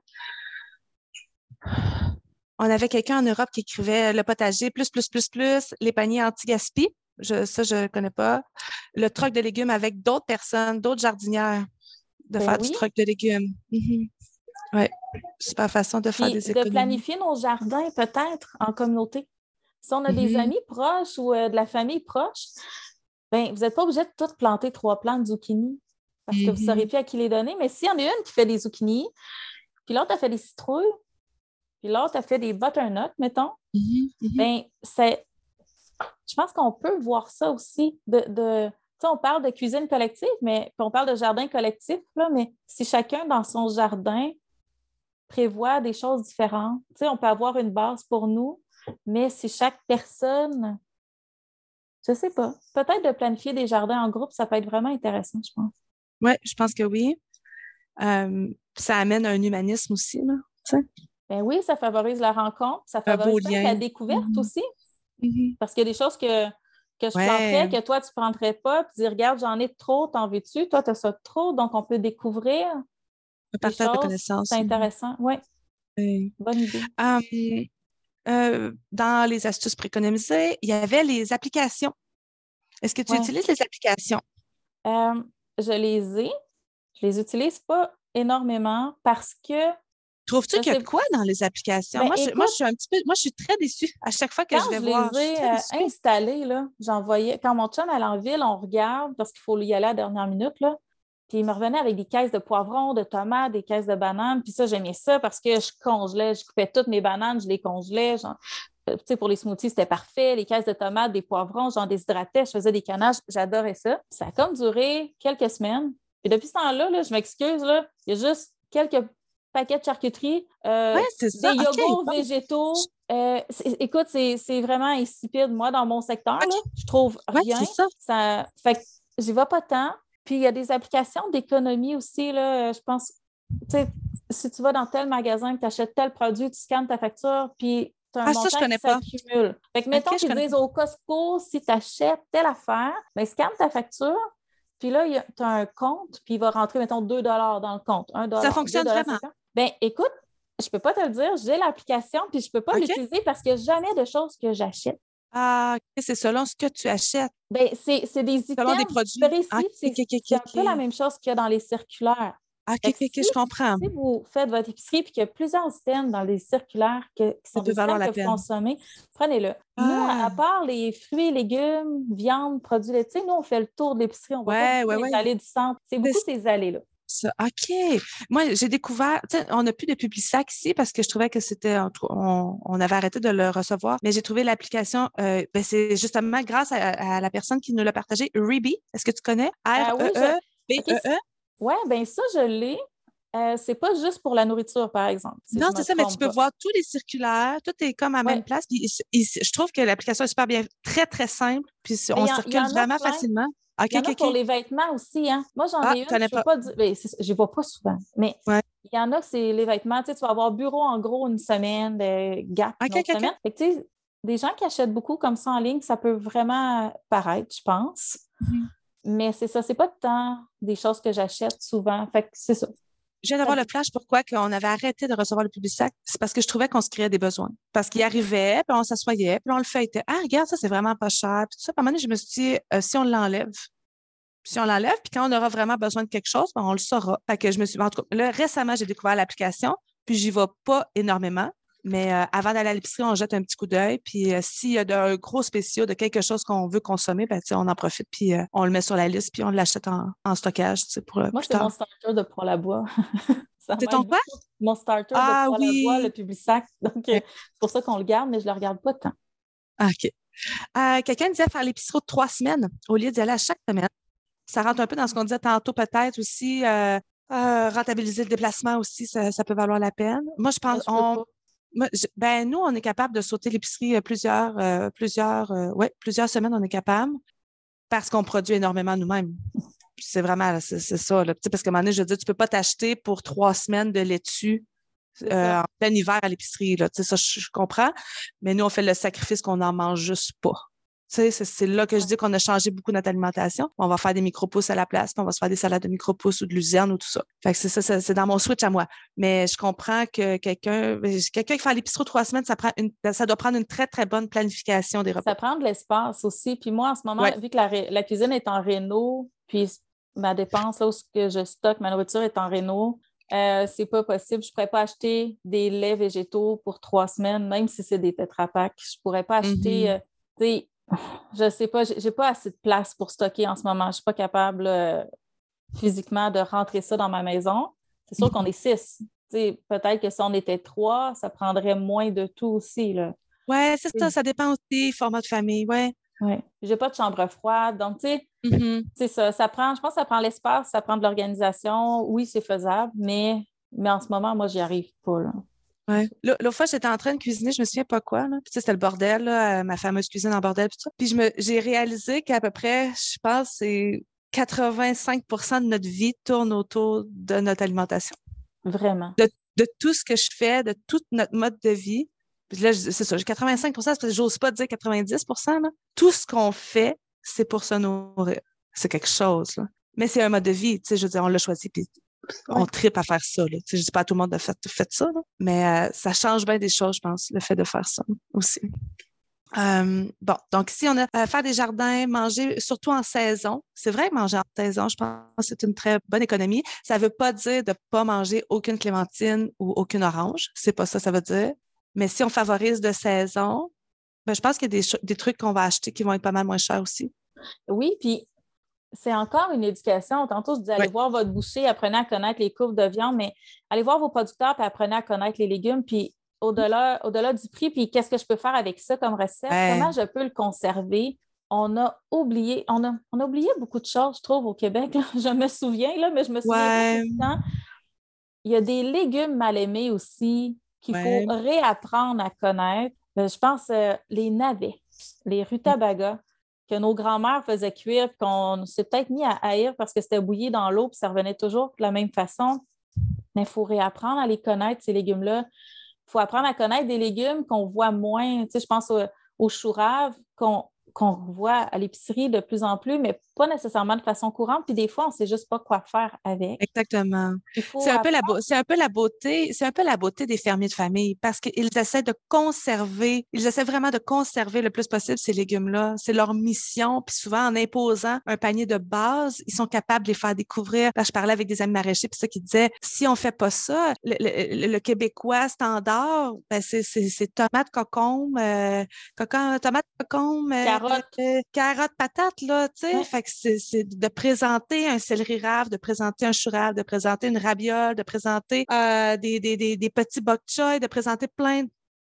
On avait quelqu'un en Europe qui écrivait le potager, plus, plus, plus, plus, les paniers anti-gaspi. Je, ça, je ne connais pas. Le troc de légumes avec d'autres personnes, d'autres jardinières, de ben faire oui. du troc de légumes. Mm-hmm. Oui, super façon de faire Puis des économies. de planifier nos jardins, peut-être, en communauté. Si on a mm-hmm. des amis proches ou euh, de la famille proche, ben, vous n'êtes pas obligé de tout planter trois plants de zucchini parce mm-hmm. que vous ne saurez plus à qui les donner. Mais s'il y en a une qui fait des zucchini, puis l'autre a fait des citrouilles, puis l'autre a fait des butternuts, mettons, mm-hmm. ben, c'est... je pense qu'on peut voir ça aussi. De, de... Tu sais, on parle de cuisine collective, mais puis on parle de jardin collectif, là, mais si chacun dans son jardin prévoit des choses différentes. Tu sais, on peut avoir une base pour nous, mais si chaque personne, je ne sais pas, peut-être de planifier des jardins en groupe, ça peut être vraiment intéressant, je pense. Oui, je pense que oui. Euh, ça amène un humanisme aussi, là, tu sais. Ben oui, ça favorise la rencontre, ça favorise la découverte mm-hmm. aussi. Mm-hmm. Parce qu'il y a des choses que, que je ouais. planterais, que toi, tu ne prendrais pas, puis dire, regarde, j'en ai trop, t'en veux-tu? Toi, tu as ça trop, donc on peut découvrir. Partage de connaissances. C'est intéressant, oui. oui. Bonne idée. Um, euh, dans les astuces préconisées, il y avait les applications. Est-ce que tu ouais. utilises les applications? Euh, je les ai. Je les utilise pas énormément parce que... Trouves-tu qu'il y a de quoi dans les applications? Ben, moi, écoute, je, moi, je suis un petit peu... Moi, je suis très déçue à chaque fois que je vais je voir. Quand je les ai euh, installés, là, j'envoyais... Quand mon chum allait en ville, on regarde parce qu'il faut y aller à la dernière minute, là. Puis il me revenait avec des caisses de poivrons, de tomates, des caisses de bananes. Puis ça, j'aimais ça parce que je congelais, je coupais toutes mes bananes, je les congelais. Genre, tu sais, pour les smoothies, c'était parfait. Les caisses de tomates, des poivrons, j'en déshydratais, je faisais des canages. J'adorais ça. Ça a comme duré quelques semaines. Et depuis ce temps-là, là, je m'excuse, là, il y a juste quelques paquets de charcuterie, euh, ouais, c'est ça. des yogourts okay. végétaux. Euh, c'est, écoute, c'est, c'est vraiment insipide. Moi, dans mon secteur, okay. là, je trouve rien. Ouais, c'est ça. ça. Fait que j'y vais pas tant. Puis, il y a des applications d'économie aussi, là, je pense, tu sais, si tu vas dans tel magasin, tu achètes tel produit, tu scannes ta facture, puis tu as un ah, montant ça, je connais qui s'accumule. Fait que, mettons okay, qu'ils disent au Costco, si tu achètes telle affaire, bien, scanne ta facture, puis là, tu as un compte, puis il va rentrer, mettons, deux dollars dans le compte. un dollar, ça fonctionne vraiment? Bien, écoute, je ne peux pas te le dire, j'ai l'application, puis je ne peux pas okay. l'utiliser parce qu'il n'y a jamais de choses que j'achète. Ah, c'est selon ce que tu achètes. Bien, c'est, c'est des items selon des produits. précis. Ah, okay, c'est okay, okay, c'est un peu la même chose qu'il y a dans les circulaires. Ah, OK, OK, si, je comprends. Si vous faites votre épicerie et qu'il y a plusieurs items dans les circulaires que, qui sont des items que vous consommez, prenez-le. Ah. Nous, à part les fruits, légumes, viande, produits laitiers, nous, on fait le tour de l'épicerie. On va ouais, pas ouais, les ouais. allées du centre. C'est beaucoup c'est... ces allées-là. Ça, OK. Moi, j'ai découvert, on n'a plus de Publisac ici parce que je trouvais que c'était, on, on avait arrêté de le recevoir, mais j'ai trouvé l'application, euh, ben c'est justement grâce à, à la personne qui nous l'a partagé, Reeby. Est-ce que tu connais? R E E B E E. Oui, bien ça, je l'ai. Euh, c'est pas juste pour la nourriture, par exemple. Si non, c'est ça, mais tu peux pas. voir tous les circulaires, tout est comme à la ouais. même place. Puis, il, il, je trouve que l'application est super bien, très, très simple, puis on en, circule vraiment plein. facilement. Okay, il y en a okay, pour okay. les vêtements aussi. Hein? Moi, j'en ah, ai une, je ne veux pas dire. Ben, je ne vois pas souvent, mais ouais. il y en a, c'est les vêtements. Tu sais, tu vas avoir bureau en gros une semaine, de Gap une okay, autre okay, semaine. Fait que, tu sais, des gens qui achètent beaucoup comme ça en ligne, ça peut vraiment paraître, je pense. Mm-hmm. Mais c'est ça, c'est pas tant des choses que j'achète souvent. Fait que c'est ça. Je viens d'avoir le flash pourquoi on avait arrêté de recevoir le Publisac. C'est parce que je trouvais qu'on se créait des besoins. Parce qu'il arrivait, puis on s'assoyait, puis on le feuilletait. Ah, regarde, ça, c'est vraiment pas cher. Puis tout ça. Puis à un moment donné, je me suis dit, euh, si on l'enlève, si on l'enlève, puis quand on aura vraiment besoin de quelque chose, ben, on le saura. Fait que je me suis en tout cas, là, récemment, j'ai découvert l'application, puis j'y vais pas énormément. Mais euh, avant d'aller à l'épicerie, on jette un petit coup d'œil. Puis euh, s'il y a un gros spécial de quelque chose qu'on veut consommer, ben, on en profite, puis euh, on le met sur la liste, puis on l'achète en, en stockage. Pour, Moi, c'est tard. Mon starter de Pour la bois. C'est ton quoi? Mon starter ah, de Pour oui. la bois, le Publisac. Donc, euh, c'est pour ça qu'on le garde, mais je ne le regarde pas tant. Ah, OK. Euh, quelqu'un disait faire l'épicerie de trois semaines au lieu d'y aller à chaque semaine. Ça rentre un peu dans ce qu'on disait tantôt, peut-être aussi. Euh, euh, rentabiliser le déplacement aussi, ça, ça peut valoir la peine. Moi, je pense. Je on, moi, je, ben, nous, on est capable de sauter l'épicerie plusieurs, euh, plusieurs, euh, ouais, plusieurs semaines, on est capable parce qu'on produit énormément nous-mêmes. C'est vraiment, c'est, c'est ça. Là. Parce qu'à un moment donné, je veux dire, tu peux pas t'acheter pour trois semaines de laitue euh, en plein hiver à l'épicerie. Là. Ça, je, je comprends. Mais nous, on fait le sacrifice qu'on n'en mange juste pas. C'est, c'est là que je dis qu'on a changé beaucoup notre alimentation. On va faire des micro-pousses à la place, puis on va se faire des salades de micro-pousses ou de luzerne ou tout ça. Fait que c'est ça, c'est, c'est dans mon switch à moi. Mais je comprends que quelqu'un, quelqu'un qui fait l'épicerie trois semaines, ça prend une, ça doit prendre une très, très bonne planification des repas. Ça prend de l'espace aussi. Puis moi, en ce moment, ouais. vu que la, la cuisine est en réno, puis ma dépense, là où je stocke ma nourriture est en réno, Euh, c'est pas possible. Je pourrais pas acheter des laits végétaux pour trois semaines, même si c'est des Tetra Pak. Je pourrais pas acheter, mm-hmm. euh, tu sais, je sais pas, j'ai, j'ai pas assez de place pour stocker en ce moment. Je suis pas capable euh, physiquement de rentrer ça dans ma maison. C'est sûr mm-hmm. qu'on est six. Tu sais, peut-être que si on était trois, ça prendrait moins de tout aussi, là. Ouais, c'est ça. Ça dépend aussi, format de famille, ouais. Oui. J'ai pas de chambre froide. Donc, tu sais, mm-hmm. c'est ça. Ça prend, je pense que ça prend l'espace, ça prend de l'organisation. Oui, c'est faisable, mais, mais en ce moment, moi, j'y arrive pas. Là. Ouais. L'autre fois, j'étais en train de cuisiner, je me souviens pas quoi. Là. Puis, c'était le bordel, là, ma fameuse cuisine en bordel. Puis, tout ça. Puis je me, j'ai réalisé qu'à peu près, je pense, c'est quatre-vingt-cinq pour cent de notre vie tourne autour de notre alimentation. Vraiment. De, de tout ce que je fais, de tout notre mode de vie. Puis là, c'est ça, j'ai quatre-vingt-cinq pour cent, c'est parce que j'ose pas dire quatre-vingt-dix pour cent. Là. Tout ce qu'on fait, c'est pour se nourrir. C'est quelque chose. Là. Mais c'est un mode de vie. Tu sais, je veux dire, on l'a choisi, puis on ouais. tripe à faire ça. Là. Tu sais, je dis pas à tout le monde de faire fait ça, là. Mais euh, ça change bien des choses, je pense, le fait de faire ça aussi. Euh, bon, donc ici, on a euh, faire des jardins, manger surtout en saison. C'est vrai, manger en saison, je pense que c'est une très bonne économie. Ça veut pas dire de pas manger aucune clémentine ou aucune orange. C'est pas ça, ça veut dire. Mais si on favorise de saison, ben, je pense qu'il y a des, des trucs qu'on va acheter qui vont être pas mal moins chers aussi. Oui, puis c'est encore une éducation. Tantôt, je disais, allez oui. voir votre boucher, apprenez à connaître les couves de viande, mais allez voir vos producteurs puis apprenez à connaître les légumes. Puis au-delà, au-delà du prix, puis qu'est-ce que je peux faire avec ça comme recette? Ouais. Comment je peux le conserver? On a oublié, on a, on a oublié beaucoup de choses, je trouve, au Québec. Là. Je me souviens, là, mais je me souviens ouais. pas tout le temps. Il y a des légumes mal aimés aussi qu'il ouais. faut réapprendre à connaître. Je pense euh, les navets, les rutabagas, que nos grands-mères faisaient cuire, puis qu'on s'est peut-être mis à haïr parce que c'était bouilli dans l'eau, puis ça revenait toujours de la même façon. Mais il faut réapprendre à les connaître, ces légumes-là. Il faut apprendre à connaître des légumes qu'on voit moins. Tu sais, je pense au, au chou rave qu'on, qu'on voit à l'épicerie de plus en plus, mais pas nécessairement de façon courante. Puis des fois, on ne sait juste pas quoi faire avec. Exactement. C'est un, peu la beau- c'est un peu la beauté, c'est un peu la beauté des fermiers de famille parce qu'ils essaient de conserver, ils essaient vraiment de conserver le plus possible ces légumes-là. C'est leur mission. Puis souvent, en imposant un panier de base, ils sont capables de les faire découvrir. Là, je parlais avec des amis maraîchers, puis ça qui disaient, si on fait pas ça, le, le, le Québécois standard, ben c'est, c'est, c'est tomates, cocombes, euh, cocon, tomates, cocombes, euh, carottes, euh, carottes, patates, là, tu sais. Ouais. Fait que c'est, c'est de présenter un céleri rave, de présenter un chou rave, de présenter une rabiole, de présenter euh, des, des, des, des petits bok choy, de présenter plein de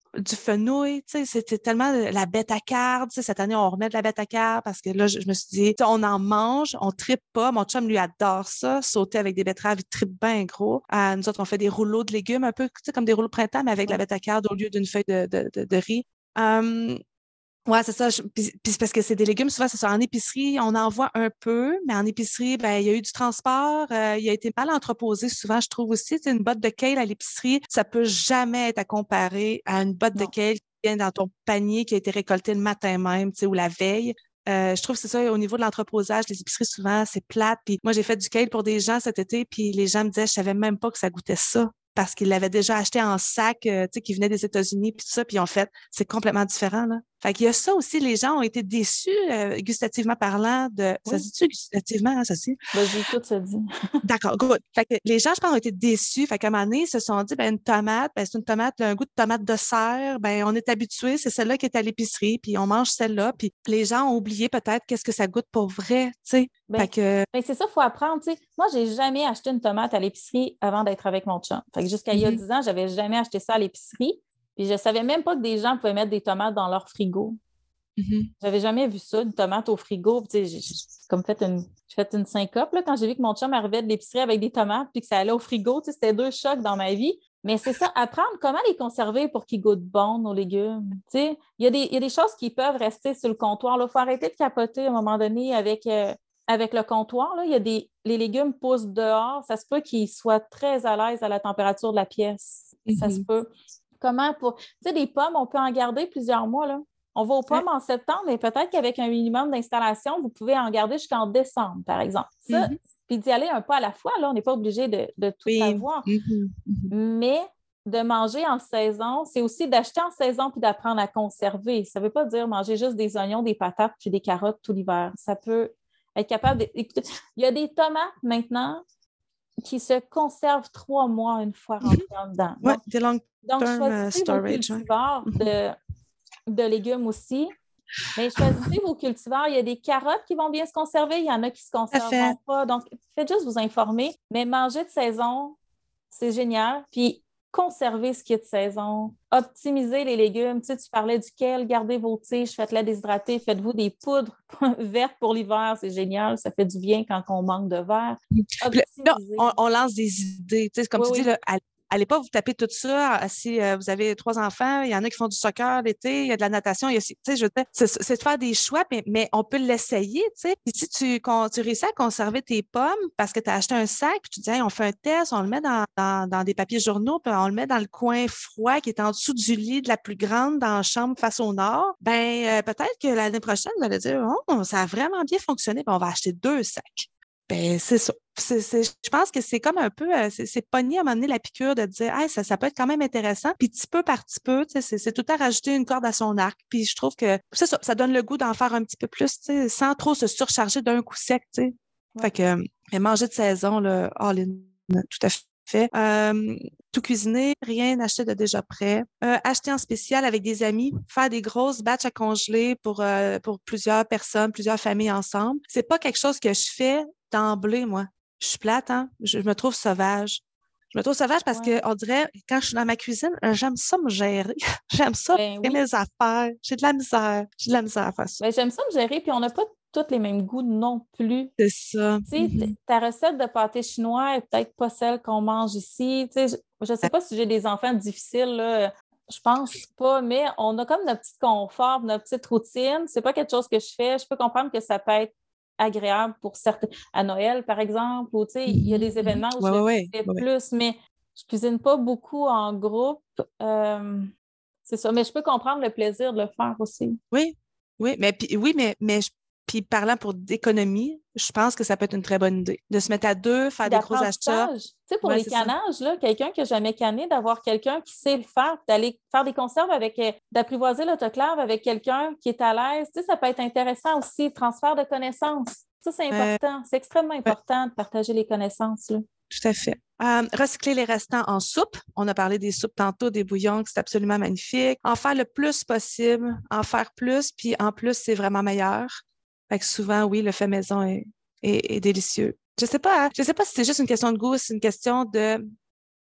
du fenouil, tu sais, c'était tellement la bêta-carde, tu sais, cette année, on remet de la bêta-carde parce que là, je, je me suis dit, tu sais, on en mange, on tripe pas. Mon chum, lui, adore ça, sauter avec des betteraves, il tripe bien gros. Euh, nous autres, on fait des rouleaux de légumes, un peu, tu sais, comme des rouleaux de printemps, mais avec de la bêta-carde au lieu d'une feuille de, de, de, de riz. Um, Ouais, c'est ça. Je- Puis, puis c'est parce que c'est des légumes, souvent, c'est ça. En épicerie, on en voit un peu, mais en épicerie, ben, il y a eu du transport. Euh, il a été mal entreposé, souvent, je trouve aussi. C'est une botte de kale à l'épicerie, ça peut jamais être à comparer à une botte de Non. kale qui vient dans ton panier, qui a été récoltée le matin même, tu sais, ou la veille. Euh, je trouve que c'est ça, au niveau de l'entreposage, les épiceries, souvent, c'est plate. Puis moi, j'ai fait du kale pour des gens cet été, puis les gens me disaient, je savais même pas que ça goûtait ça parce qu'ils l'avaient déjà acheté en sac, euh, tu sais, qui venait des États-Unis, puis tout ça, puis en fait, c'est complètement différent, là. Fait qu'il y a ça aussi, les gens ont été déçus, euh, gustativement parlant, de... Ça se Oui, dit-tu gustativement, hein, ça se dit? vas-y, tout se dit. D'accord, good. Fait que les gens, je pense, ont été déçus. Fait qu'à un moment donné, ils se sont dit, ben, une tomate, ben, c'est une tomate, là, un goût de tomate de serre. Ben, on est habitué, c'est celle-là qui est à l'épicerie, puis on mange celle-là. Puis les gens ont oublié peut-être qu'est-ce que ça goûte pour vrai, tu sais. Ben, Fait que, ben, c'est ça, il faut apprendre. Tu sais. Moi, j'ai jamais acheté une tomate à l'épicerie avant d'être avec mon chum. Fait que jusqu'à il y a mhm, dix ans, j'avais jamais acheté ça à l'épicerie. Puis je savais même pas que des gens pouvaient mettre des tomates dans leur frigo. mhm. J'avais jamais vu ça, une tomate au frigo. Puis, tu sais, j'ai j'ai comme fait une, j'ai fait une syncope là, quand j'ai vu que mon chum arrivait de l'épicerie avec des tomates puis que ça allait au frigo. Tu sais, c'était deux chocs dans ma vie. Mais c'est ça, apprendre comment les conserver pour qu'ils goûtent bon, nos légumes. Tu sais, il y a des, il y a des choses qui peuvent rester sur le comptoir. Il faut arrêter de capoter à un moment donné avec, euh, avec le comptoir. Là. Il y a des, les légumes poussent dehors. Ça se peut qu'ils soient très à l'aise à la température de la pièce. Ça se Mhm. peut. Comment pour. Tu sais, des pommes, on peut en garder plusieurs mois. Là. On va aux Ouais. pommes en septembre, mais peut-être qu'avec un minimum d'installation, vous pouvez en garder jusqu'en décembre, par exemple. Ça, Mhm. puis d'y aller un pas à la fois, là, on n'est pas obligé de, de tout Oui. avoir. Mhm. Mhm. Mais de manger en saison, c'est aussi d'acheter en saison puis d'apprendre à conserver. Ça ne veut pas dire manger juste des oignons, des patates puis des carottes tout l'hiver. Ça peut être capable de. Écoutez, il y a des tomates maintenant qui se conservent trois mois une fois Mhm. rentrées en dedans. Ouais, Donc, des donc long-term uh, choisissez vos storage. Ouais. cultivars Mhm. de, de légumes aussi. Mais choisissez vos cultivars. Il y a des carottes qui vont bien se conserver, il y en a qui ne se Tout à fait. conserveront pas. Donc, faites juste vous informer. Mais manger de saison, c'est génial. Puis, conservez ce qui est de saison. Optimisez les légumes. Tu sais, tu parlais duquel, gardez vos tiges, faites-les déshydrater, faites-vous des poudres vertes pour l'hiver. C'est génial. Ça fait du bien quand on manque de verre. Puis là, Optimisez. on, on lance des idées. Tu sais, comme Oui, tu dis, oui. là, à- allez pas vous taper tout ça. Si euh, vous avez trois enfants, il y en a qui font du soccer l'été, il y a de la natation, il y a, tu sais, je veux dire, c'est c'est de faire des choix, mais, mais on peut l'essayer, tu sais. Puis si tu, con- tu réussis à conserver tes pommes parce que tu as acheté un sac, puis tu dis, hey, on fait un test, on le met dans, dans, dans des papiers journaux, puis on le met dans le coin froid qui est en dessous du lit de la plus grande dans la chambre face au nord, ben euh, peut-être que l'année prochaine, vous allez dire, oh, ça a vraiment bien fonctionné, ben, on va acheter deux sacs. Ben, c'est ça. C'est, c'est- je pense que c'est comme un peu, euh, c'est, c'est pogner à un moment donné la piqûre de dire, hey, ça, ça peut être quand même intéressant. Puis petit peu par petit peu, tu sais, c'est, c'est tout à rajouter une corde à son arc. Puis je trouve que c'est ça, ça donne le goût d'en faire un petit peu plus, tu sais, sans trop se surcharger d'un coup sec, tu sais. Ouais. Fait que, euh, mais manger de saison, là, all in, tout à fait. Euh, tout cuisiner, rien acheter de déjà prêt. Euh, acheter en spécial avec des amis, faire des grosses batches à congeler pour, euh, pour plusieurs personnes, plusieurs familles ensemble. C'est pas quelque chose que je fais d'emblée, moi. Je suis plate, hein? Je, je me trouve sauvage. Je me trouve sauvage parce Ouais. que on dirait, quand je suis dans ma cuisine, euh, j'aime ça me gérer. J'aime ça Ben faire oui. mes affaires. J'ai de la misère. J'ai de la misère à faire ça. Ben, j'aime ça me gérer, puis on n'a pas tous les mêmes goûts non plus. C'est ça. Tu sais, Mhm. t- ta recette de pâté chinois est peut-être pas celle qu'on mange ici. Tu sais, je ne sais pas si j'ai des enfants difficiles, là. Je pense pas, mais on a comme notre petit confort, notre petite routine. C'est pas quelque chose que je fais. Je peux comprendre que ça peut être agréable pour certains. À Noël, par exemple, ou tu sais, il y a Mhm. des Mhm. événements où Ouais, je ouais, le ouais, fais ouais, ouais. plus, mais je cuisine pas beaucoup en groupe. Euh, c'est ça, mais je peux comprendre le plaisir de le faire aussi. Oui, oui, mais puis oui, mais, mais je- puis parlant pour d'économie, je pense que ça peut être une très bonne idée. De se mettre à deux, Puis faire des gros achats. d'apprentissage. Tu sais, pour Ouais, les c'est ça. canages, là, quelqu'un qui n'a jamais canné, d'avoir quelqu'un qui sait le faire, puis d'aller faire des conserves avec, euh, d'apprivoiser l'autoclave avec quelqu'un qui est à l'aise, tu sais, ça peut être intéressant aussi, transfert de connaissances. Ça, c'est Euh, important. C'est extrêmement ouais, important de partager les connaissances, là. tout à fait. Euh, recycler les restants en soupe. On a parlé des soupes tantôt, des bouillons, que c'est absolument magnifique. En faire le plus possible, en faire plus, puis en plus, c'est vraiment meilleur. Fait que souvent, oui, le fait maison est, est, est délicieux. Je sais pas, hein, je sais pas si c'est juste une question de goût, c'est une question de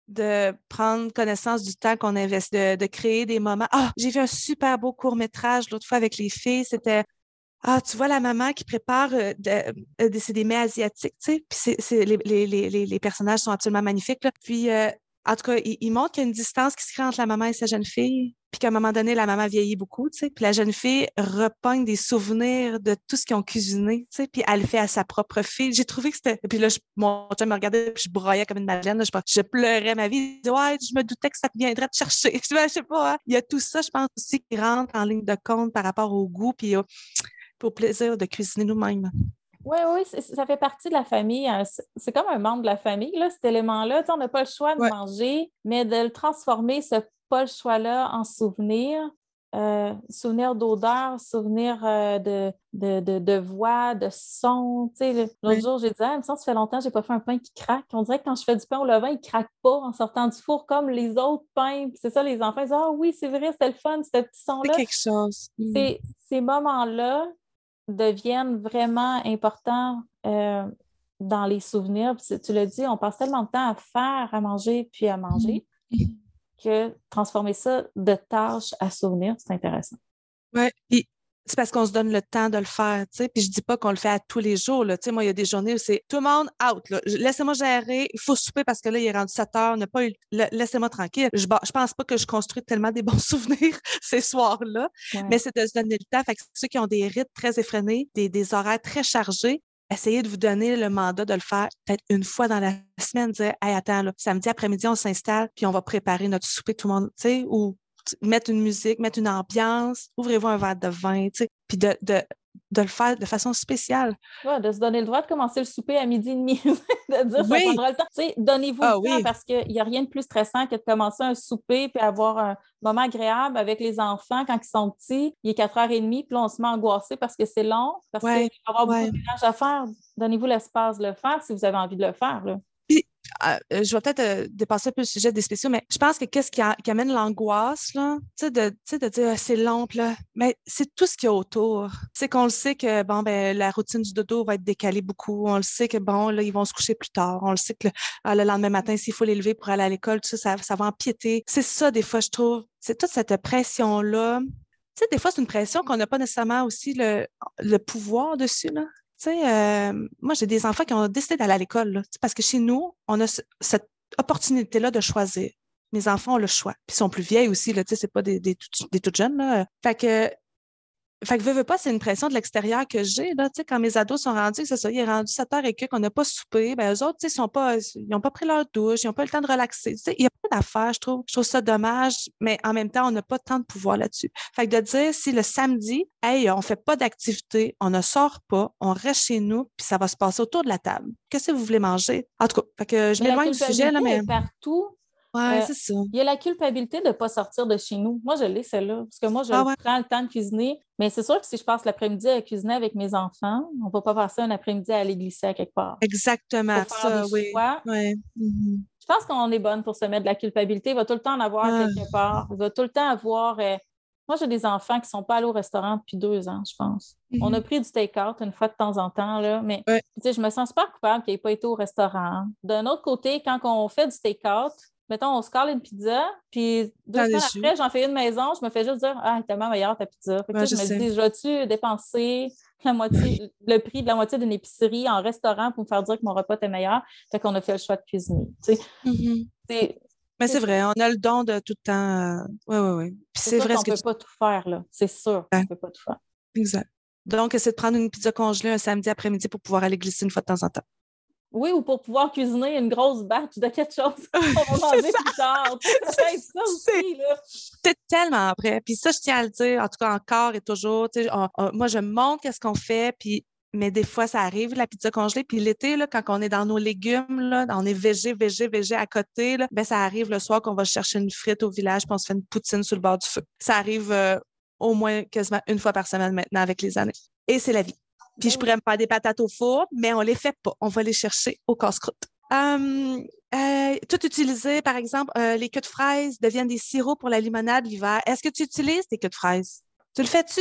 de prendre connaissance du temps qu'on investit, de, de créer des moments. Ah, j'ai vu un super beau court-métrage l'autre fois avec les filles. C'était Ah, tu vois la maman qui prépare euh, de, euh, des- c'est des mets asiatiques, tu sais. Puis c'est, c'est, les, les, les, les les personnages sont absolument magnifiques, là. Puis, euh, en tout cas, il, il montre qu'il y a une distance qui se crée entre la maman et sa jeune fille. Puis qu'à un moment donné, la maman vieillit beaucoup, tu sais. Puis la jeune fille repogne des souvenirs de tout ce qu'ils ont cuisiné, tu sais. Puis elle le fait à sa propre fille. J'ai trouvé que c'était. Puis là, je, mon chum me regardait, puis je broyais comme une madeleine, là. Je, je pleurais ma vie. Il disait, ouais, je me doutais que ça viendrait te chercher. Je, je sais pas, hein. Il y a tout ça, je pense aussi, qui rentre en ligne de compte par rapport au goût, puis au, pour plaisir de cuisiner nous-mêmes. Oui, oui, c'est- ça fait partie de la famille. hein. C'est c'est comme un membre de la famille, là, cet élément-là. Tu sais, on n'a pas le choix de Ouais. manger, mais de le transformer, ce pas le choix-là, en souvenir. Euh, souvenir d'odeur, souvenir euh, de, de, de, de voix, de son. Tu sais, le- l'autre Ouais. jour, j'ai dit, ah, il me semble que ça fait longtemps que je n'ai pas fait un pain qui craque. On dirait que quand je fais du pain au levain, il ne craque pas en sortant du four comme les autres pains. Puis c'est ça, les enfants ils disent, ah oui, c'est vrai, c'était le fun, ce petit C'est son-là. quelque chose. Mm. Ces, ces moments-là deviennent vraiment importants euh, dans les souvenirs. Puis, tu l'as dit, on passe tellement de temps à faire, à manger, puis à manger, Mm. que transformer ça de tâches à souvenirs, c'est intéressant. Ouais. Puis c'est parce qu'on se donne le temps de le faire, tu sais. Puis je dis pas qu'on le fait à tous les jours, là. Tu sais, moi, il y a des journées où c'est tout le monde out, là. Je- Laissez-moi gérer. Il faut souper parce que là, il est rendu sept heures. On n'a pas eu... la- Laissez-moi tranquille. Je, ba- je pense pas que je construis tellement des bons souvenirs ces soirs-là, mais Ouais. c'est de se donner le temps. Fait que ceux qui ont des rythmes très effrénés, des, des horaires très chargés, essayez de vous donner le mandat de le faire peut-être une fois dans la semaine, dire, hey, attends, là, samedi après-midi, on s'installe, puis on va préparer notre souper, tout le monde, tu sais, ou mettre une musique, mettre une ambiance, ouvrez-vous un verre de vin, tu sais, puis de, de, de le faire de façon spéciale. Ouais, de se donner le droit de commencer le souper à midi et demi, de dire ça Oui, prendra le temps. Tu sais, donnez-vous le ah temps oui, parce qu'il n'y a rien de plus stressant que de commencer un souper puis avoir un moment agréable avec les enfants quand ils sont petits. Il est quatre heures trente, puis là, on se met angoissé parce que c'est long, parce qu'il va ouais, y avoir beaucoup ouais. de ménage à faire. Donnez-vous l'espace de le faire si vous avez envie de le faire. Là. Puis, euh, je vais peut-être euh, dépasser un peu le sujet des spéciaux, mais je pense que qu'est-ce qui, a- qui amène l'angoisse, là, tu sais, de, tu sais, de dire ah, c'est long, puis là, mais c'est tout ce qu'il y a autour. C'est qu'on le sait que, bon, ben, la routine du dodo va être décalée beaucoup. On le sait que, bon, là, ils vont se coucher plus tard. On le sait que le, ah, le lendemain matin, s'il faut les lever pour aller à l'école, tout ça, ça, ça va empiéter. C'est ça, des fois, je trouve. C'est toute cette pression-là. Tu sais, des fois, c'est une pression qu'on n'a pas nécessairement aussi le, le pouvoir dessus, là. Tu sais, euh, moi, j'ai des enfants qui ont décidé d'aller à l'école, là, tu sais, parce que chez nous, on a ce- cette opportunité-là de choisir. Mes enfants ont le choix. Puis ils sont plus vieilles aussi, là, tu sais, c'est pas des, des, tout- des toutes jeunes, là. Fait que, fait que veux, veux pas, c'est une pression de l'extérieur que j'ai, là, tu sais, quand mes ados sont rendus, c'est ça, il est rendu sept heures et que qu'on n'a pas soupé, ben eux autres, tu sais, ils sont pas, ils n'ont pas pris leur douche, ils n'ont pas eu le temps de relaxer, tu sais, il y a pas d'affaires, je trouve. Je trouve ça dommage, mais en même temps, on n'a pas tant de pouvoir là-dessus. Fait que de dire, si le samedi, hey, on fait pas d'activité, on ne sort pas, on reste chez nous, puis ça va se passer autour de la table. Qu'est-ce que vous voulez manger? En tout cas, fait que je Mais la m'éloigne du sujet, là, culpabilité mais est partout. ouais, Euh, c'est ça. il y a la culpabilité de ne pas sortir de chez nous. Moi, je l'ai, celle-là, parce que moi, je Ah ouais, prends le temps de cuisiner. Mais c'est sûr que si je passe l'après-midi à cuisiner avec mes enfants, on ne va pas passer un après-midi à aller glisser à quelque part. Il exactement, faut faire des ça, oui. choix. Ouais. Mhm. Je pense qu'on est bonne pour se mettre de la culpabilité. Il va tout le temps en avoir Ah. quelque part. Il va tout le temps avoir. euh, Moi, j'ai des enfants qui ne sont pas allés au restaurant depuis deux ans, je pense. On a Mhm. pris du take-out une fois de temps en temps, là, mais Ouais. tu sais, je me sens super coupable qu'il n'ait pas été au restaurant. D'un autre côté, quand on fait du take-out, mettons, on se colle une pizza, puis deux J'en ai semaines su. après, j'en fais une maison, je me fais juste dire, ah, elle est tellement meilleure ta pizza. Fait que, Ouais, tu sais, je je me sais. dis, je vais-tu dépenser la moitié, le prix de la moitié d'une épicerie en restaurant pour me faire dire que mon repas était meilleur? Fait qu'on a fait le choix de cuisiner. Tu sais, Mhm. c'est Mais c'est c'est vrai, on a le don de tout le temps. Oui, oui, oui. Puis c'est c'est sûr vrai qu'on ce ne que peut tu pas tout faire, là. C'est sûr qu'on dis. ne peut pas tout faire. Exact. Donc, c'est de prendre une pizza congelée un samedi après-midi pour pouvoir aller glisser une fois de temps en temps. Oui, ou pour pouvoir cuisiner une grosse batch de quelque chose qu'on va C'est manger ça, plus tard. Tu sais, ça peut être ça c'est aussi, là. c'est tellement vrai. Puis ça, je tiens à le dire, en tout cas encore et toujours. Tu sais, on- on- moi, je me montre qu'est-ce qu'on fait, puis mais des fois, ça arrive, la pizza congelée. Puis l'été, là, quand on est dans nos légumes, là, on est végé, végé, végé à côté, là, ben, ça arrive le soir qu'on va chercher une frite au village, puis on se fait une poutine sur le bord du feu. Ça arrive euh, au moins quasiment une fois par semaine maintenant avec les années. Et c'est la vie. Puis Ben je oui. pourrais me faire des patates au four, mais on les fait pas. On va les chercher au casse-croûte. Euh, euh, tout utiliser, par exemple, euh, les queues de fraises deviennent des sirops pour la limonade l'hiver. Est-ce que tu utilises tes queues de fraises? Tu le fais-tu?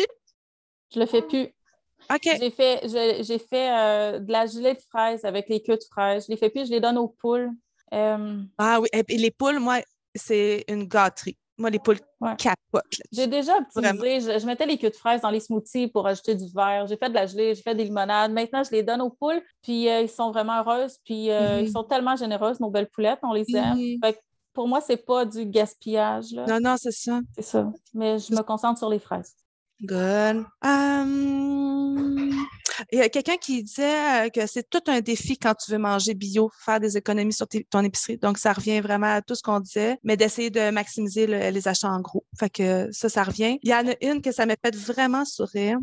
Je le fais plus. OK. J'ai fait, je- j'ai fait euh, de la gelée de fraises avec les queues de fraises. Je les fais plus, je les donne aux poules. Euh, Ah oui, et les poules, moi, c'est une gâterie. Moi, les poules ouais. capotent. J'ai déjà optimisé. Je, je mettais les queues de fraises dans les smoothies pour ajouter du verre. J'ai fait de la gelée, j'ai fait des limonades. Maintenant, je les donne aux poules, puis euh, ils sont vraiment heureuses. Puis euh, mm-hmm. ils sont tellement généreuses, nos belles poulettes, on les aime. Mm-hmm. Fait que pour moi, c'est pas du gaspillage. Là. Non, non, c'est ça. C'est ça. Mais je me concentre sur les fraises. Good. Um... Il y a quelqu'un qui disait que c'est tout un défi quand tu veux manger bio, faire des économies sur tes, ton épicerie. Donc, ça revient vraiment à tout ce qu'on disait, mais d'essayer de maximiser le, les achats en gros. Fait que ça, ça revient. Il y en a une que ça me fait vraiment sourire.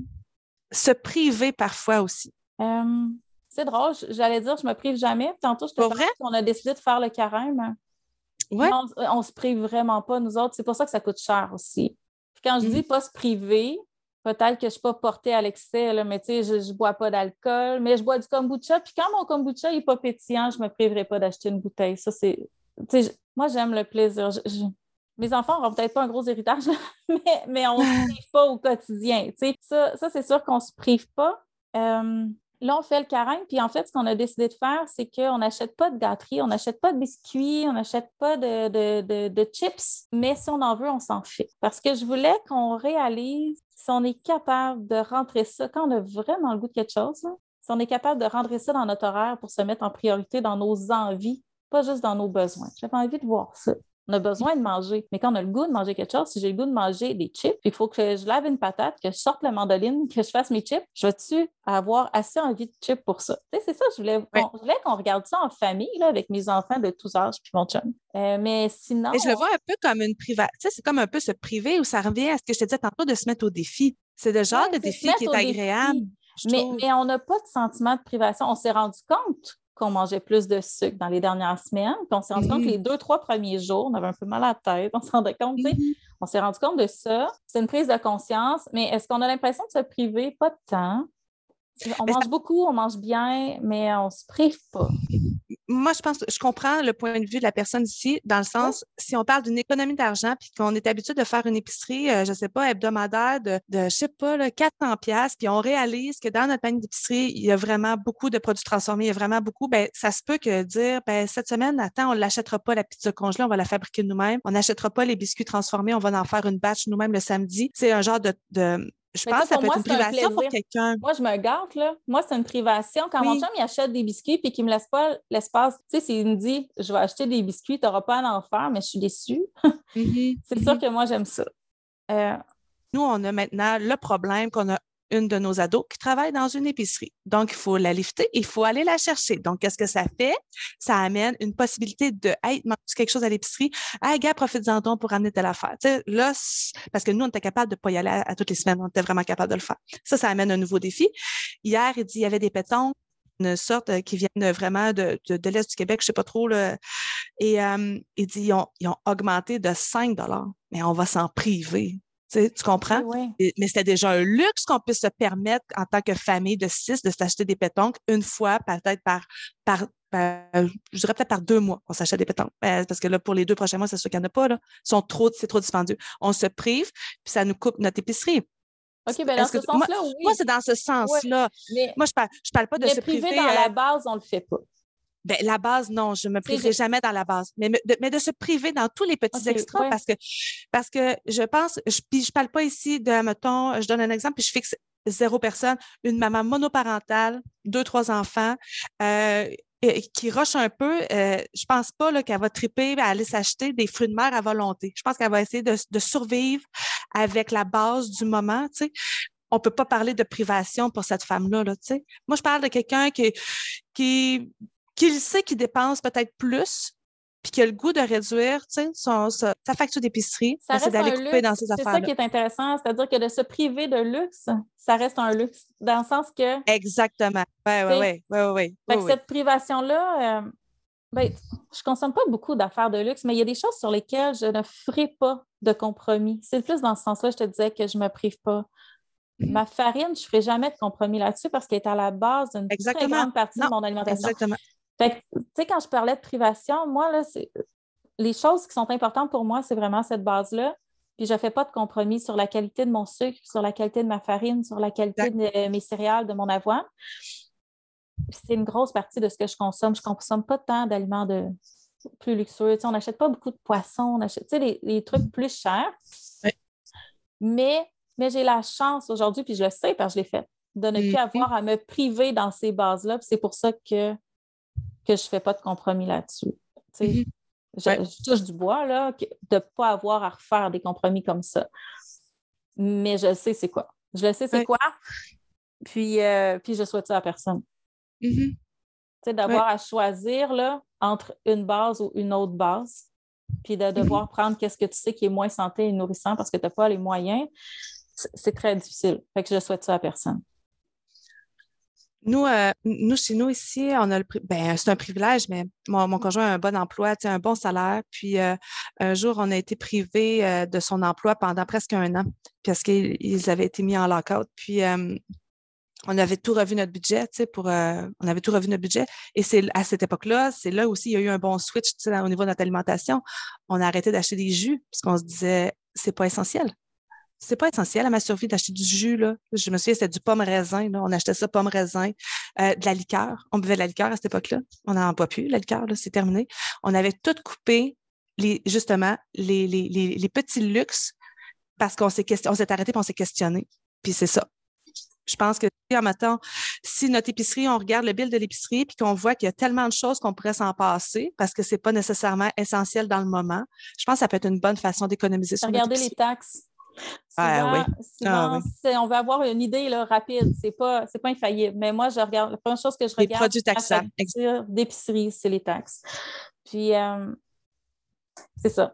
Se priver parfois aussi. Euh, c'est drôle. J'allais dire, je me prive jamais. Tantôt, je te parlais qu'on a décidé de faire le carême. Ouais. Non, on, on se prive vraiment pas, nous autres. C'est pour ça que ça coûte cher aussi. Puis quand je mm. dis pas se priver, peut-être que je ne suis pas portée à l'excès, là, mais tu sais, je ne bois pas d'alcool, mais je bois du kombucha. Puis quand mon kombucha n'est pas pétillant, je ne me priverai pas d'acheter une bouteille. Ça, c'est. Tu sais, moi, j'aime le plaisir. Je, je... Mes enfants n'auront peut-être pas un gros héritage, mais, mais on ne se prive pas au quotidien. Tu sais, ça, ça, c'est sûr qu'on ne se prive pas. Euh, là, on fait le carême, puis en fait, ce qu'on a décidé de faire, c'est qu'on n'achète pas de gâterie, on n'achète pas de biscuits, on n'achète pas de, de, de, de chips, mais si on en veut, on s'en fait. Parce que je voulais qu'on réalise si on est capable de rentrer ça, quand on a vraiment le goût de quelque chose, là, si on est capable de rentrer ça dans notre horaire pour se mettre en priorité dans nos envies, pas juste dans nos besoins. J'avais envie de voir ça. On a besoin de manger, mais quand on a le goût de manger quelque chose, si j'ai le goût de manger des chips, il faut que je lave une patate, que je sorte la mandoline, que je fasse mes chips, je vais-tu avoir assez envie de chips pour ça? Tu sais, c'est ça, je voulais, oui. je voulais qu'on regarde ça en famille, là, avec mes enfants de tous âges, puis mon chum. Euh, mais sinon... Et je le vois un peu comme une private. Tu sais, c'est comme un peu se priver où ça revient à ce que je te disais tantôt de se mettre au défi. C'est le genre ouais, de défi qui est agréable. Mais, mais on n'a pas de sentiment de privation. On s'est rendu compte qu'on mangeait plus de sucre dans les dernières semaines. Puis on s'est rendu mm-hmm. compte que les deux, trois premiers jours, on avait un peu mal à la tête. On s'en rendait compte, mm-hmm. tu sais. On s'est rendu compte de ça. C'est une prise de conscience. Mais est-ce qu'on a l'impression de se priver? Pas de temps. On mais mange ça... beaucoup, on mange bien, mais on ne se prive pas. Moi, je pense, je comprends le point de vue de la personne ici, dans le sens, oui. si on parle d'une économie d'argent, puis qu'on est habitué de faire une épicerie, euh, je ne sais pas, hebdomadaire de, de je ne sais pas, là, quatre cents piastres, puis on réalise que dans notre panier d'épicerie, il y a vraiment beaucoup de produits transformés, il y a vraiment beaucoup, ben ça se peut que dire, ben cette semaine, attends, on ne l'achètera pas, la pizza congelée, on va la fabriquer nous-mêmes, on n'achètera pas les biscuits transformés, on va en faire une batch nous-mêmes le samedi. C'est un genre de... de Je mais pense que ça peut moi, être une privation un pour quelqu'un. Moi, je me gâte, là. Moi, c'est une privation. Quand oui. mon chum, il achète des biscuits et qu'il ne me laisse pas l'espace, tu sais, s'il me dit, je vais acheter des biscuits, tu n'auras pas à en faire, mais je suis déçue. Mm-hmm. C'est mm-hmm. sûr que moi, j'aime ça. Euh... Nous, on a maintenant le problème qu'on a une de nos ados qui travaille dans une épicerie. Donc, il faut la lifter, il faut aller la chercher. Donc, qu'est-ce que ça fait? Ça amène une possibilité de, hey, mange quelque chose à l'épicerie. Hey, gars, profite-en donc pour amener telle affaire. Tu sais, là, parce que nous, on était capable de ne pas y aller à, à toutes les semaines. On était vraiment capable de le faire. Ça, ça amène un nouveau défi. Hier, il dit, il y avait des pétons, une sorte euh, qui viennent vraiment de, de, de l'Est du Québec, je ne sais pas trop. Là. Et euh, il dit, ils ont, ils ont augmenté de cinq dollars. Mais on va s'en priver. Tu, sais, tu comprends? Oui, oui. Mais c'était déjà un luxe qu'on puisse se permettre en tant que famille de six de s'acheter des pétanques une fois, peut-être par, par, par je dirais peut-être par deux mois qu'on s'achète des pétanques. Parce que là, pour les deux prochains mois, c'est sûr qu'il n'y en a pas. Là. Ils sont trop, c'est trop dispendieux. On se prive, puis ça nous coupe notre épicerie. OK, bien dans ce sens-là, moi, oui. Moi, c'est dans ce sens-là. Oui, mais, moi, je ne parle, je parle pas de mais se priver. priver dans euh, la base, on ne le fait pas. Ben, la base, non, je ne me priverai jamais dans la base. Mais de, mais de se priver dans tous les petits okay, extras ouais. parce que parce que je pense, je, puis je parle pas ici de, mettons, je donne un exemple, puis je fixe zéro personne, une maman monoparentale, deux, trois enfants, euh, qui rush un peu, euh, je pense pas là, qu'elle va triper à aller s'acheter des fruits de mer à volonté. Je pense qu'elle va essayer de, de survivre avec la base du moment, tu sais. On peut pas parler de privation pour cette femme-là, là, tu sais. Moi, je parle de quelqu'un qui, qui qu'il sait qu'il dépense peut-être plus, puis qu'il a le goût de réduire son, sa, sa facture d'épicerie, ben, c'est d'aller couper luxe. dans ses affaires. C'est ça qui est intéressant, c'est-à-dire que de se priver de luxe, ça reste un luxe, dans le sens que... Exactement. Oui, oui, oui. oui, oui, fait oui, que cette privation-là, euh, ben, je ne consomme pas beaucoup d'affaires de luxe, mais il y a des choses sur lesquelles je ne ferai pas de compromis. C'est plus dans ce sens-là, je te disais que je ne me prive pas. Mm-hmm. Ma farine, je ne ferai jamais de compromis là-dessus parce qu'elle est à la base d'une très grande partie non, de mon alimentation. Exactement. Fait que, tu sais, quand je parlais de privation, moi, là, c'est... les choses qui sont importantes pour moi, c'est vraiment cette base-là. Puis je ne fais pas de compromis sur la qualité de mon sucre, sur la qualité de ma farine, sur la qualité exact. de mes céréales, de mon avoine. Puis c'est une grosse partie de ce que je consomme. Je ne consomme pas tant d'aliments de, plus luxueux. Tu sais, on n'achète pas beaucoup de poissons, on achète tu sais, les, les trucs plus chers. Ouais. Mais, mais j'ai la chance aujourd'hui, puis je le sais parce que je l'ai fait, de ne plus Mhm. avoir à me priver dans ces bases-là. Puis c'est pour ça que, que je ne fais pas de compromis là-dessus. Tu sais, Mhm. je, Ouais. je touche du bois, là, que- de ne pas avoir à refaire des compromis comme ça. Mais je sais c'est quoi. Je le sais c'est Ouais. quoi, puis, euh, puis je souhaite ça à personne. Mhm. Tu sais, d'avoir Ouais. à choisir là, entre une base ou une autre base, puis de devoir Mhm. prendre qu'est-ce que tu sais qui est moins santé et nourrissant parce que tu n'as pas les moyens, c'est, c'est très difficile. Fait que je souhaite ça à personne. Nous, euh, nous, chez nous ici, on a le pri- ben, c'est un privilège, mais mon, mon conjoint a un bon emploi, tu sais, un bon salaire. Puis euh, un jour, on a été privé euh, de son emploi pendant presque un an parce qu'ils ils avaient été mis en lock-out. Puis euh, on avait tout revu notre budget, tu sais, pour euh, on avait tout revu notre budget. Et c'est à cette époque-là, c'est là aussi il y a eu un bon switch, tu sais, au niveau de notre alimentation. On a arrêté d'acheter des jus parce qu'on se disait c'est pas essentiel. C'est pas essentiel à ma survie d'acheter du jus, là. Je me souviens, c'était du pomme raisin, là. On achetait ça pomme raisin, euh, de la liqueur. On buvait de la liqueur à cette époque-là. On n'en boit plus, la liqueur, là, c'est terminé. On avait tout coupé, les, justement, les, les, les, les petits luxes parce qu'on s'est question, on s'est arrêté et on s'est questionné. Puis c'est ça. Je pense que en matin, si notre épicerie, on regarde le bill de l'épicerie puis qu'on voit qu'il y a tellement de choses qu'on pourrait s'en passer parce que c'est pas nécessairement essentiel dans le moment, je pense que ça peut être une bonne façon d'économiser sur notre Regardez les épicerie. taxes. Ah oui. Souvent, Ah souvent oui. c'est- on veut avoir une idée là, rapide. C'est pas, c'est pas infaillible. Mais moi, je regarde, la première chose que je Les regarde, produits c'est la taxables. Ex- facture d'épicerie, c'est les taxes. Puis, euh, c'est ça.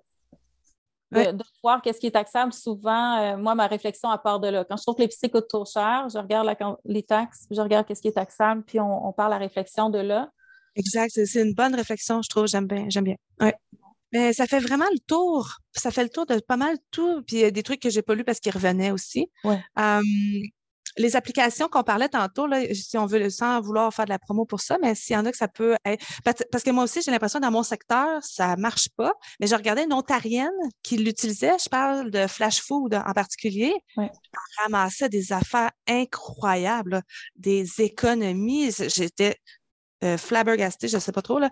Ouais, De, de voir qu'est-ce qui est taxable, souvent, euh, moi, ma réflexion, à part de là. Quand je trouve que l'épicerie coûte trop cher, je regarde la, les taxes, puis je regarde qu'est-ce qui est taxable, puis on, on parle la réflexion de là. exact. C'est c'est une bonne réflexion, je trouve. J'aime bien. J'aime bien. Ouais. Mais ça fait vraiment le tour. Ça fait le tour de pas mal tout. Puis il y a des trucs que j'ai pas lus parce qu'ils revenaient aussi. Ouais. Euh, les applications qu'on parlait tantôt, là, si on veut, sans vouloir faire de la promo pour ça, mais s'il y en a que ça peut être. Parce parce que moi aussi, j'ai l'impression que dans mon secteur, ça marche pas. Mais j'ai regardé une Ontarienne qui l'utilisait. Je parle de Flash Food en particulier. Ouais. Elle ramassait des affaires incroyables, là, des économies. J'étais euh, flabbergastée, je ne sais pas trop, là.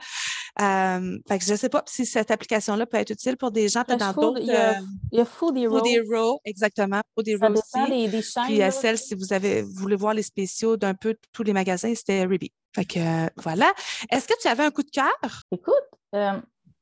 Euh, fait que je ne sais pas si cette application-là peut être utile pour des gens, peut-être Flash dans Food, d'autres. il y a, Euh, il y a Food Food Hero. Hero, exactement. Food Ça Hero dépend aussi. des, des Puis chaînes. à Là. celle, si vous avez vous voulez voir les spéciaux d'un peu tous les magasins, c'était Ruby. Fait que euh, voilà. Est-ce que tu avais un coup de cœur? Écoute, euh,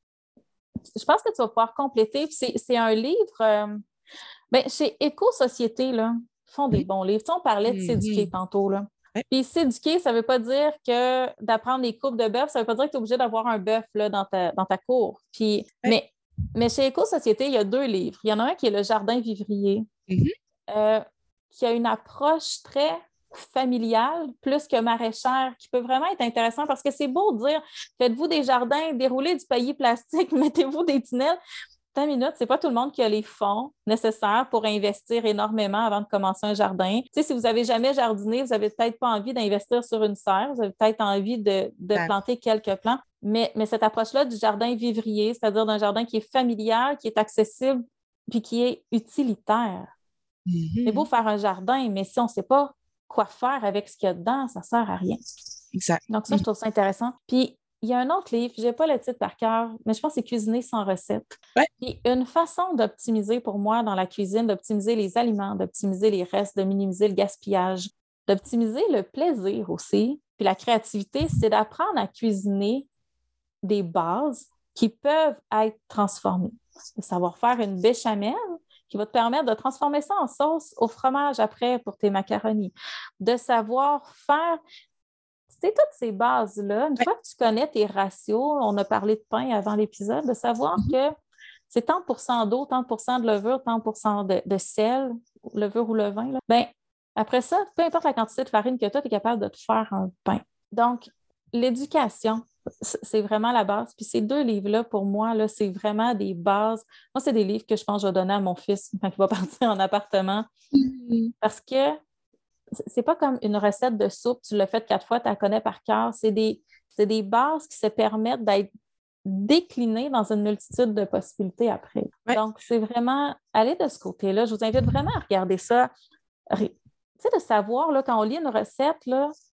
je pense que tu vas pouvoir compléter. C'est, c'est un livre. Euh, ben, chez Éco-Société, là, ils font des Oui. bons livres. Tu sais, on parlait de s'éduquer Mhm. tantôt. Là. Ouais. Puis s'éduquer, ça ne veut pas dire que d'apprendre les coupes de bœuf, ça ne veut pas dire que tu es obligé d'avoir un bœuf là, dans, ta, dans ta cour. Puis, Ouais. mais, mais chez Éco-Société, il y a deux livres. Il y en a un qui est Le Jardin vivrier, Mhm. euh, qui a une approche très familiale, plus que maraîchère, qui peut vraiment être intéressant parce que c'est beau de dire faites-vous des jardins, déroulez du paillis plastique, mettez-vous des tunnels. Attends une minute, c'est pas tout le monde qui a les fonds nécessaires pour investir énormément avant de commencer un jardin. Tu sais, si vous n'avez jamais jardiné, vous n'avez peut-être pas envie d'investir sur une serre, vous avez peut-être envie de, de Ouais. planter quelques plants, mais, mais cette approche-là du jardin vivrier, c'est-à-dire d'un jardin qui est familial, qui est accessible, puis qui est utilitaire. Mhm. C'est beau faire un jardin, mais si on ne sait pas quoi faire avec ce qu'il y a dedans, ça ne sert à rien. Exact. Donc ça, je trouve ça intéressant. Puis, il y a un autre livre, je n'ai pas le titre par cœur, mais je pense que c'est Cuisiner sans recette. Ouais. Puis une façon d'optimiser pour moi dans la cuisine, d'optimiser les aliments, d'optimiser les restes, de minimiser le gaspillage, d'optimiser le plaisir aussi. Puis la créativité, c'est d'apprendre à cuisiner des bases qui peuvent être transformées. De savoir faire une béchamel qui va te permettre de transformer ça en sauce au fromage après pour tes macaronis. De savoir faire... Tu sais, toutes ces bases-là, une Ouais. fois que tu connais tes ratios, on a parlé de pain avant l'épisode, de savoir Mm-hmm. que c'est tant pour cent d'eau, tant pour cent de levure, tant pour cent de, de sel, levure ou levain, là. Bien, après ça, peu importe la quantité de farine que tu as, tu es capable de te faire un pain. Donc, l'éducation, c'est vraiment la base. Puis ces deux livres-là, pour moi, là, c'est vraiment des bases. Moi, c'est des livres que je pense que je vais donner à mon fils quand il va partir en appartement. Mm-hmm. Parce que c'est pas comme une recette de soupe, tu l'as faite quatre fois, tu la connais par cœur. C'est des, c'est des bases qui se permettent d'être déclinées dans une multitude de possibilités après. Ouais. Donc, c'est vraiment aller de ce côté-là. Je vous invite vraiment à regarder ça. Tu sais, de savoir, là, quand on lit une recette, là,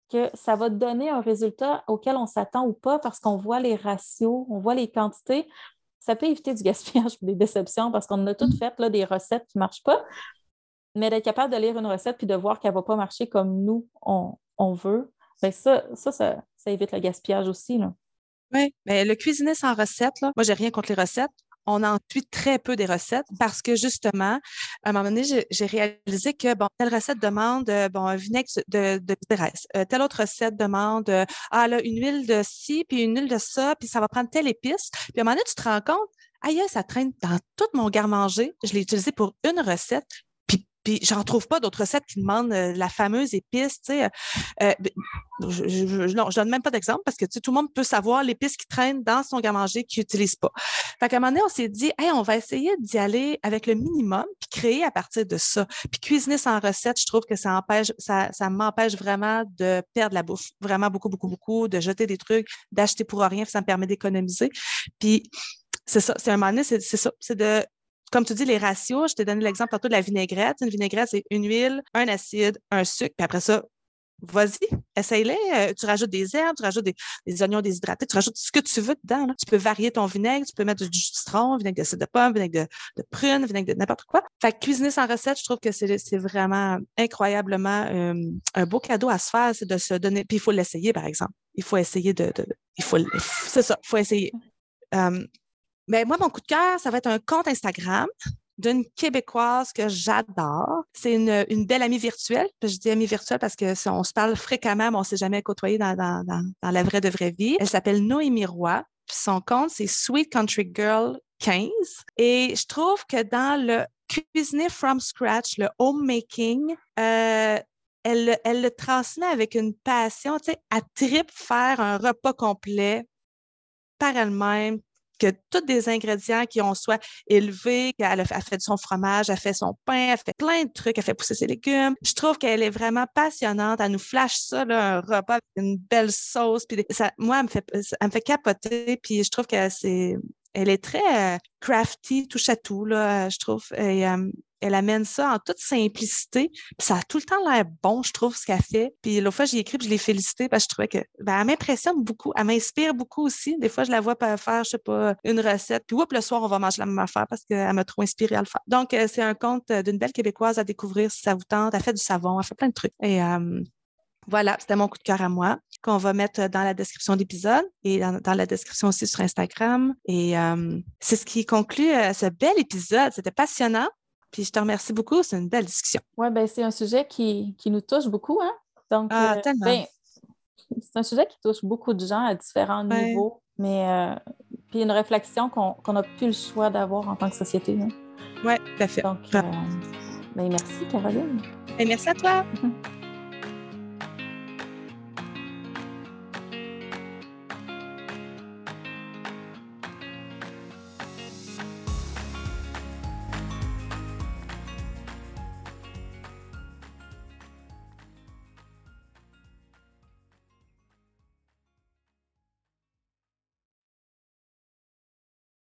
que ça va donner un résultat auquel on s'attend ou pas parce qu'on voit les ratios, on voit les quantités. Ça peut éviter du gaspillage ou des déceptions parce qu'on a toutes fait là, des recettes qui ne marchent pas. Mais d'être capable de lire une recette puis de voir qu'elle ne va pas marcher comme nous, on, on veut, bien ça, ça, ça, ça évite le gaspillage aussi. Là. Oui, mais le cuisiner sans recette, là, moi, j'ai rien contre les recettes. On en suit très peu des recettes parce que justement, à un moment donné, j'ai, j'ai réalisé que bon, telle recette demande euh, bon, un vinaigre de, de graisse. Euh, telle autre recette demande euh, ah, là, une huile de ci, puis une huile de ça, puis ça va prendre telle épice. Puis à un moment donné, tu te rends compte, aïe, ça traîne dans tout mon garde-manger. Je l'ai utilisé pour une recette. Puis, puis j'en trouve pas d'autres recettes qui demandent euh, la fameuse épice, tu sais. Euh, euh, je, je, je, non, je donne même pas d'exemple parce que tu sais, tout le monde peut savoir l'épice qui traîne dans son garde-manger qu'il n'utilise pas. Fait qu'à un moment donné, on s'est dit, hey, on va essayer d'y aller avec le minimum puis créer à partir de ça. Puis cuisiner sans recette, je trouve que ça empêche, ça, ça m'empêche vraiment de perdre la bouffe. Vraiment beaucoup, beaucoup, beaucoup, de jeter des trucs, d'acheter pour rien, ça me permet d'économiser. Puis c'est ça, c'est un moment donné, c'est, c'est ça, c'est de comme tu dis, les ratios, je t'ai donné l'exemple tantôt de la vinaigrette. Une vinaigrette, c'est une huile, un acide, un sucre, puis après ça, vas-y, essaye-les. Euh, tu rajoutes des herbes, tu rajoutes des, des oignons déshydratés, tu rajoutes ce que tu veux dedans. Là. Tu peux varier ton vinaigre, tu peux mettre du jus de citron, vinaigre de cidre de pomme, vinaigre de, de prune, vinaigre de n'importe quoi. Fait que cuisiner sans recette, je trouve que c'est, c'est vraiment incroyablement euh, un beau cadeau à se faire, c'est de se donner. Puis il faut l'essayer, par exemple. Il faut essayer de. de il faut, c'est ça, il faut essayer. Euh, Mais moi, mon coup de cœur, ça va être un compte Instagram d'une Québécoise que j'adore. C'est une, une belle amie virtuelle. Je dis amie virtuelle parce que on se parle fréquemment, mais on ne s'est jamais côtoyé dans, dans, dans, dans la vraie de vraie vie. Elle s'appelle Noémie Roy. Puis son compte, c'est Sweet Country Girl quinze. Et je trouve que dans le cuisiner from scratch, le homemaking, euh, elle, elle le transmet avec une passion. Tu sais, elle tripe faire un repas complet par elle-même, que tous des ingrédients qui ont soit élevés, qu'elle a fait, elle fait son fromage, elle fait son pain, elle fait plein de trucs, elle fait pousser ses légumes. Je trouve qu'elle est vraiment passionnante. Elle nous flash ça, là, un repas avec une belle sauce. Puis ça, moi, elle me fait, elle me fait capoter. Puis je trouve qu'elle c'est, elle est très euh, crafty, touche à tout, là, je trouve. Et, euh, elle amène ça en toute simplicité. Puis ça a tout le temps l'air bon, je trouve, ce qu'elle fait. Puis l'autre fois, j'ai écrit, puis je l'ai félicitée parce que je trouvais que ben, elle m'impressionne beaucoup. Elle m'inspire beaucoup aussi. Des fois, je la vois faire, je sais pas, une recette. Puis oups, le soir, on va manger la même affaire parce qu'elle m'a trop inspirée à le faire. Donc, euh, c'est un conte d'une belle Québécoise à découvrir si ça vous tente. Elle fait du savon, elle fait plein de trucs. Et euh, voilà, c'était mon coup de cœur à moi, qu'on va mettre dans la description de l'épisode et dans, dans la description aussi sur Instagram. Et euh, c'est ce qui conclut euh, ce bel épisode. C'était passionnant. Puis je te remercie beaucoup, c'est une belle discussion. Oui, bien, c'est un sujet qui, qui nous touche beaucoup, hein? Donc, ah, euh, tellement. ben, c'est un sujet qui touche beaucoup de gens à différents ouais. niveaux, mais euh, puis une réflexion qu'on qu'on n'a plus le choix d'avoir en tant que société. Hein? Oui, tout à fait. Donc, euh, ben, merci, Caroline. Et merci à toi.